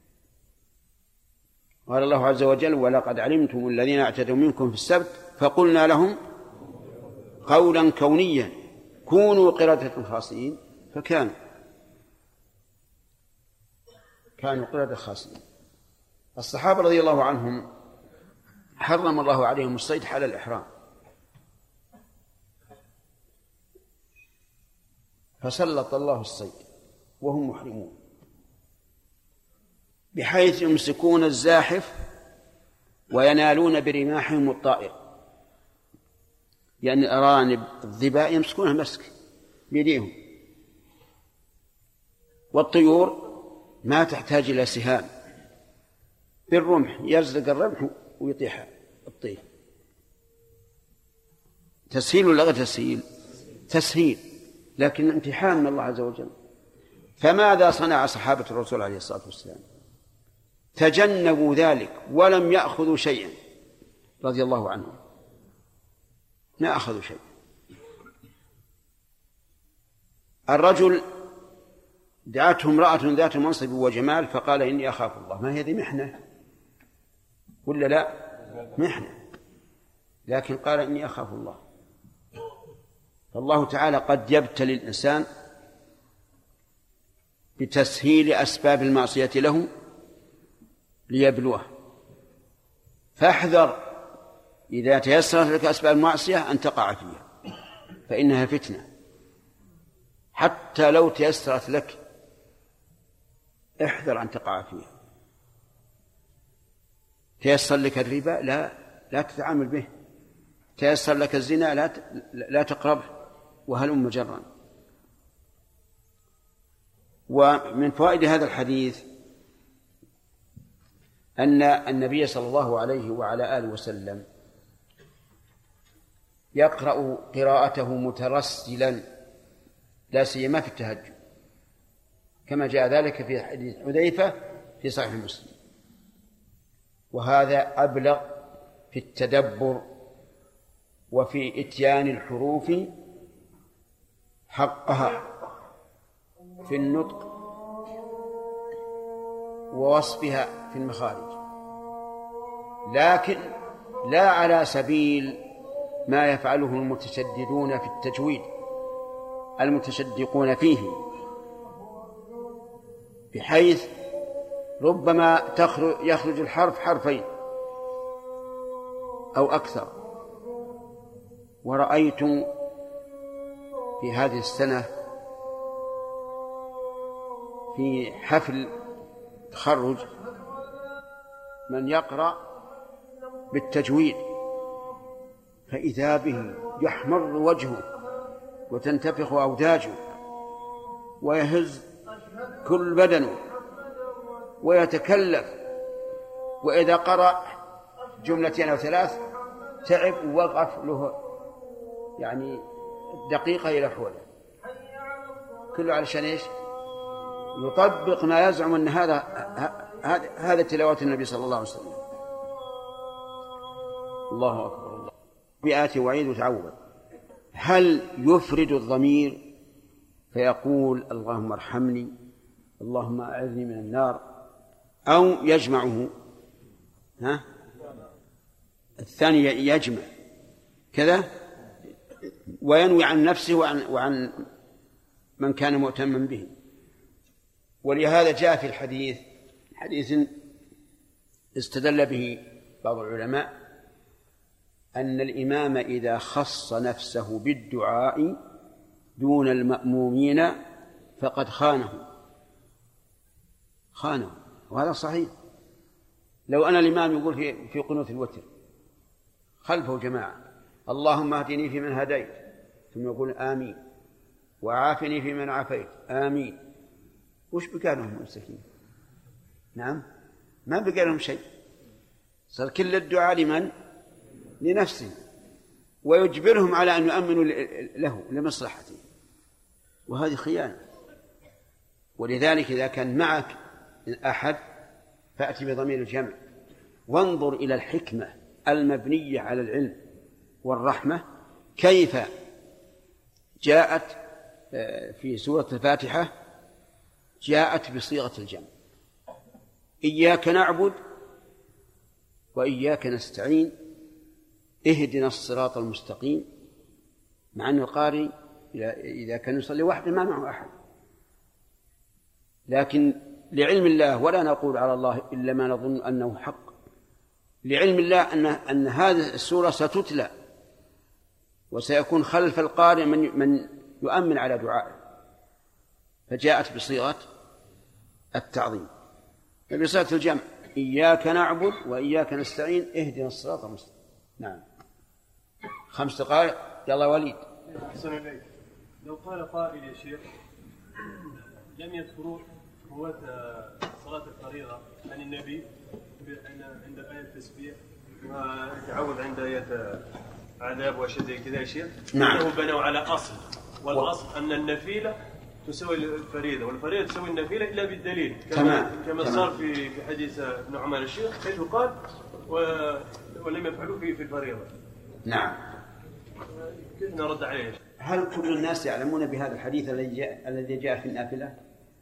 قال الله عز وجل ولقد علمتم الذين اعتدوا منكم في السبت فقلنا لهم قولا كونيا كونوا قردة خاسئين فكانوا قردة خاسئين. الصحابة رضي الله عنهم حرم الله عليهم الصيد حال الإحرام، فسلط الله الصيد وهم محرمون بحيث يمسكون الزاحف وينالون برماحهم الطائر، يعني الأرانب الظباء يمسكونها مسك بيديهم، والطيور ما تحتاج إلى سهام، بالرمح يزرق الرمح ويطيح الطير. تسهيل ولا غير تسهيل؟ تسهيل، لكن امتحان من الله عز وجل. فماذا صنع صحابة الرسول عليه الصلاة والسلام؟ تجنبوا ذلك ولم يأخذوا شيئا رضي الله عنهم، ما أخذوا شيئا. الرجل دعته امرأة ذات منصب وجمال فقال إني أخاف الله، ما هذه محنة ولا لا؟ محنة، لكن قال إني أخاف الله. فالله تعالى قد يبتلي الإنسان بتسهيل أسباب المعصية له ليبلوه، فاحذر إذا تيسرت لك أسباب المعصية أن تقع فيها، فإنها فتنة. حتى لو تيسرت لك احذر أن تقع فيها، تيسر لك الربا لا تتعامل به، تيسر لك الزنا لا تقربه، وهلم جرا. ومن فوائد هذا الحديث أن النبي صلى الله عليه وعلى آله وسلم يقرأ قراءته مترسلا لا سيما في التهجد، كما جاء ذلك في حديث حذيفة في صحيح مسلم. وهذا أبلغ في التدبر وفي إتيان الحروف حقها في النطق ووصفها في المخارج، لكن لا على سبيل ما يفعله المتشددون في التجويد المتشدقون فيه، بحيث ربما يخرج الحرف حرفين أو أكثر. ورأيت في هذه السنة في حفل تخرج من يقرأ بالتجويد، فإذا به يحمر وجهه وتنتفخ أوداجه ويهز كل بدنه ويتكلف، وإذا قرأ جملتين أو ثلاث تعب ووقف له يعني دقيقة إلى حوله، كله علشان إيش؟ يطبق ما يزعم أن هذا تلاوة النبي صلى الله عليه وسلم. الله أكبر. الله بآت وعيد وتعوذ. هل يفرد الضمير فيقول اللهم ارحمني، اللهم أعذني من النار، أو يجمعه؟ الثاني يجمع كذا وينوي عن نفسه وعن من كان مؤتما به. ولهذا جاء في الحديث حديث استدل به بعض العلماء أن الإمام إذا خص نفسه بالدعاء دون المأمومين فقد خانه، وهذا صحيح. لو أن الإمام يقول في قنوت الوتر خلفه جماعة اللهم اهدني فيمن هديت، ثم يقول آمين، وعافني فيمن عافيت، آمين، وش بقى لهم المساكين؟ نعم، ما بقى لهم شيء، صار كل الدعاء لمن؟ لنفسه، ويجبرهم على أن يؤمنوا له لمصلحته، وهذه خيانة. ولذلك إذا كان معك أحد فأتي بضمير الجمع، وانظر إلى الحكمة المبنية على العلم والرحمة كيف جاءت في سورة الفاتحة، جاءت بصيغة الجمع: إياك نعبد وإياك نستعين اهدنا الصراط المستقيم، مع أن القارئ إذا كان يصلي وحده ما معه أحد، لكن لعلم الله، ولا نقول على الله إلا ما نظن أنه حق، لعلم الله أن هذه السورة ستتلى وسيكون خلف القارئ من يؤمن على دعائه، فجاءت بصيغة التعظيم، بصيغة الجمع: إياك نعبد وإياك نستعين اهدنا الصراط المستقيم. نعم، 5 دقائق. يلا وليد. أحسن إليك. لو قال قائل يا شيخ لم يذكروا رواة صلاة الفريضة عن النبي عند آية التسبيح وتعوذ عند آية عذاب وشدة كذا يا شيخ، أنهم بنوا على أصل، والأصل أن النفيلة تسوي الفريضة والفريضة تسوي النفيلة إلا بالدليل، كما صار في حديث ابن عمر الشيخ حيث قال ولم يفعلوا في الفريضة. نعم. كيف نرد عليه؟ هل كل الناس يعلمون بهذا الحديث الذي جاء في النافلة؟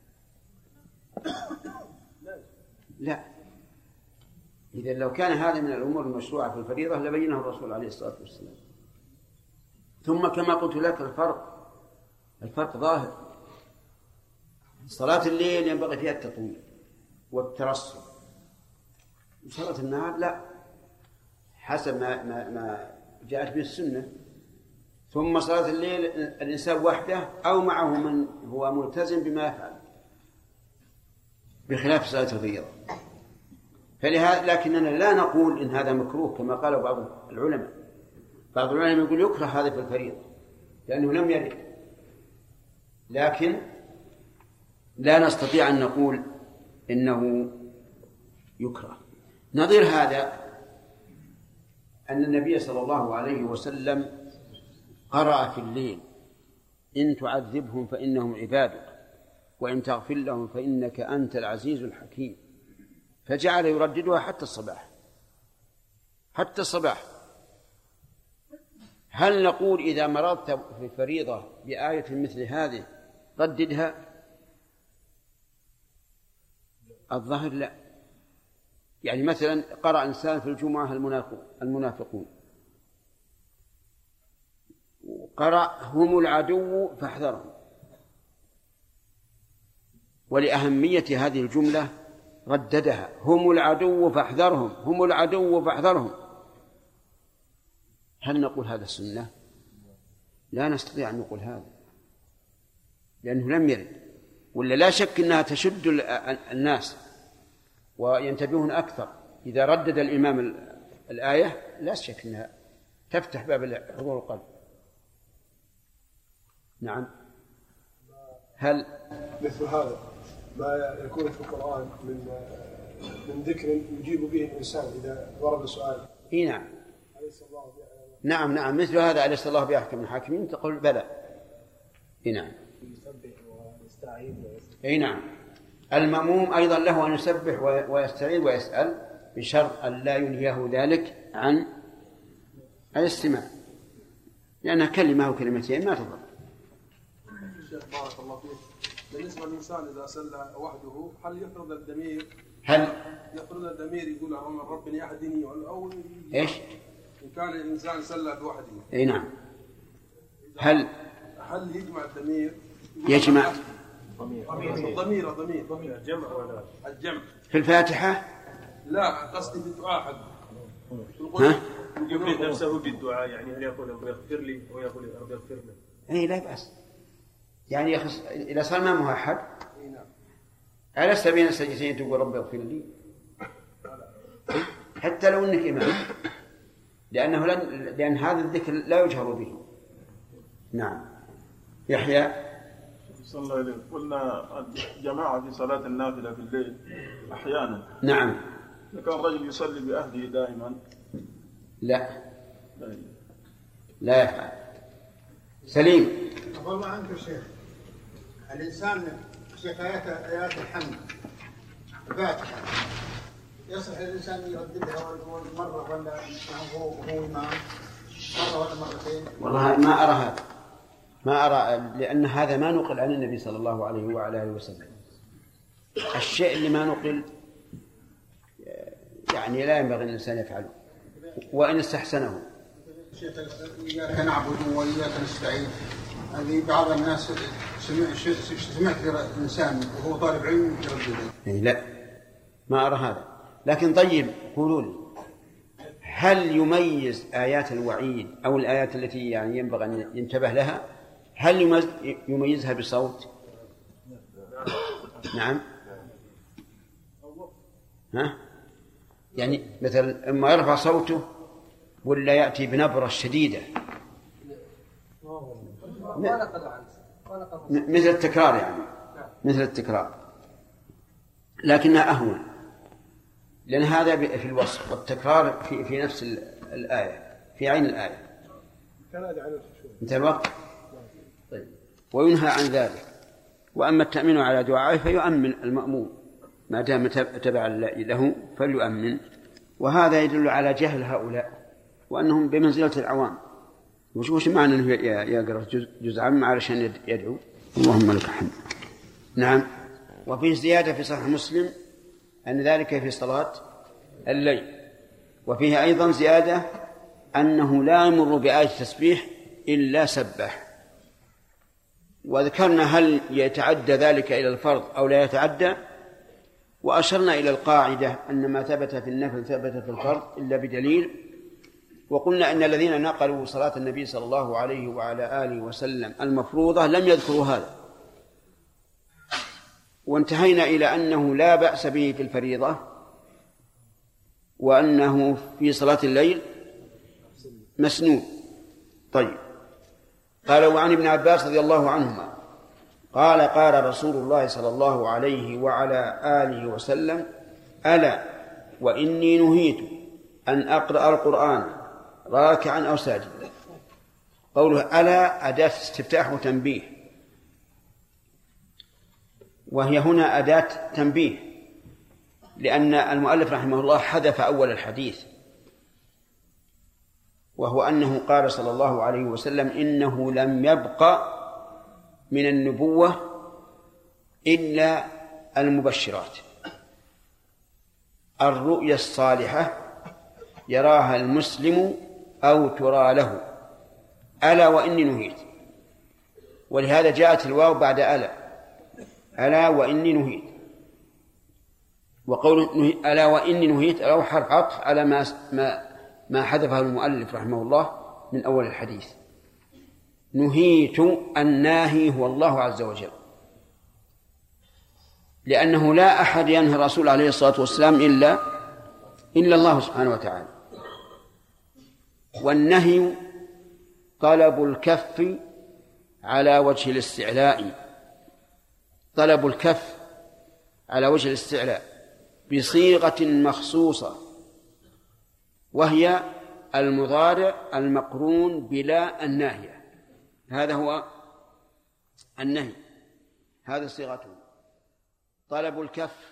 لا. إذا لو كان هذا من الأمور المشروعة في الفريضة لبينه الرسول عليه الصلاة والسلام. ثم كما قلت لك الفرق ظاهر. صلاة الليل ينبغي فيها التطويل والترصد، وصلاة النهار لا، حسب ما جاءت به السنة. ثم صلاة الليل الإنسان وحده أو معه من هو ملتزم بما يفعل، بخلاف صلاة الفريضة. فلهذا لكننا لا نقول إن هذا مكروه كما قال بعض العلماء. بعض العلماء يقول يكره هذا في الفريضة لأنه لم يرد، لكن لا نستطيع أن نقول إنه يكره. نظير هذا أن النبي صلى الله عليه وسلم قرأ في الليل: إن تعذبهم فإنهم عبادك وإن تغفر لهم فإنك أنت العزيز الحكيم، فجعل يرددها حتى الصباح، حتى الصباح. هل نقول إذا مرضت في الفريضة بآية مثل هذه رددها؟ الظاهر لا. يعني مثلا قرأ إنسان في الجمعة المنافقون، قرأ هم العدو فاحذرهم، ولأهمية هذه الجملة رددها: هم العدو فاحذرهم، هم العدو فاحذرهم. هل نقول هذا السنة؟ لا نستطيع أن نقول هذا لأنه لم يرد، ولا لا شك أنها تشد الناس وينتبهون أكثر. إذا ردد الإمام الآية لا شك أنها تفتح باب حضور القلب. نعم. هل مثل هذا ما يكون في القرآن من ذكر يجيب به الإنسان إذا ورد سؤال؟ إيه نعم. نعم مثل هذا أليس الله بأحكم الحاكمين؟ تقول بلى. إيه نعم. إيه نعم. المأموم أيضا له أن يسبح ويستعيذ ويسأل بشرط أن لا ينهيه ذلك عن الاستماع، لأنها كلمة أو كلمتين ما تضر. شيخ بارك الله فيك، بالنسبة للإنسان إذا صلى وحده هل يفرض الضمير؟ يفرض الضمير يقول رب يهدني أو إيش؟ إن كان الإنسان صلى بوحده. إيه نعم. هل يجمع الضمير؟ يجمع الضمير الجمع ولا الجمع في الفاتحة؟ لا، قصدي في الدعاء حقه. يقول نفسه بالدعاء، يعني هل يقول رب اغفر لي أو يقول رب اغفر لي؟ إيه لا بأس، يعني إذا صار ما موحد على سبيل السجدتين تقول رب اغفر لي حتى لو أنك إمام، لأن هذا الذكر لا يجهر به. نعم. يحيى صلى الله عليه وسلم قلنا جماعة في صلاة النافلة في الليل أحيانا. نعم. إذا كان رجل يصلي بأهله دائما لا يفعل. سليم. أقول ما عنك شيخ، الإنسان شيخ آيات الحمد الفاتحة يصح الإنسان يرددها مرة ولا هو إمام مرة ولا مرتين؟ والله ما أرى هذا، ما أرى، لأن هذا ما نقل عن النبي صلى الله عليه وعلى آله وسلم. الشيء اللي ما نقل يعني لا ينبغي الإنسان يفعله وإن استحسنه. شيخ إياك نعبد وإياك نستعين، هذه بعض الناس سمعت الإنسان وهو طالب علم يردده. لا ما أرى هذا. لكن طيب قولوا لي، هل يميز آيات الوعيد أو الآيات التي يعني ينبغي أن ينتبه لها، هل يميزها بصوت؟ نعم. يعني مثلا إما يرفع صوته ولا يأتي بنبرة شديدة مثل التكرار، يعني مثل التكرار، لكنها أهون، لأن هذا في الوصف والتكرار في نفس الآية، في عين الآية. انتهى الوقت. طيب. وينهى عن ذلك. وأما التأمين على دعائه فيؤمن المأموم ما دام تبع له فليؤمن، وهذا يدل على جهل هؤلاء وأنهم بمنزلة العوام. وش معنى أنه يقرأ جزء عام علشان يدعو؟ اللهم لك الحمد. نعم. وفي زيادة في صحيح مسلم أن ذلك في صلاة الليل، وفيه أيضا زيادة أنه لا يمر بآية التسبيح إلا سبح. وذكرنا هل يتعدى ذلك إلى الفرض أو لا يتعدى، وأشرنا إلى القاعدة أن ما ثبت في النفل ثبت في الفرض إلا بدليل. وقلنا أن الذين نقلوا صلاة النبي صلى الله عليه وعلى آله وسلم المفروضة لم يذكروا هذا، وانتهينا إلى أنه لا بأس به في الفريضة وأنه في صلاة الليل مسنون. طيب. قال وعن ابن عباس رضي الله عنهما قال قال رسول الله صلى الله عليه وعلى آله وسلم ألا وإني نهيت أن أقرأ القرآن راكعا أو ساجدا. قوله ألا أداة استفتاح وتنبيه، وهي هنا أداة تنبيه، لأن المؤلف رحمه الله حذف أول الحديث، وهو أنه قال صلى الله عليه وسلم إنه لم يبق من النبوة إلا المبشرات، الرؤيا الصالحة يراها المسلم أو ترى له. ألا وإني نهيت، ولهذا جاءت الواو بعد ألا، ألا وإني نهيت. وقول ألا وإني نهيت أو حرف عطف على ما حذفه المؤلف رحمه الله من أول الحديث. نهيت، الناهي هو الله عز وجل، لأنه لا أحد ينهى الرسول عليه الصلاة والسلام إلا الله سبحانه وتعالى. والنهي طلب الكف على وجه الاستعلاء، طلب الكف على وجه الاستعلاء بصيغة مخصوصة، وهي المضارع المقرون بلا الناهية، هذا هو النهي، هذا صيغته. طلب الكف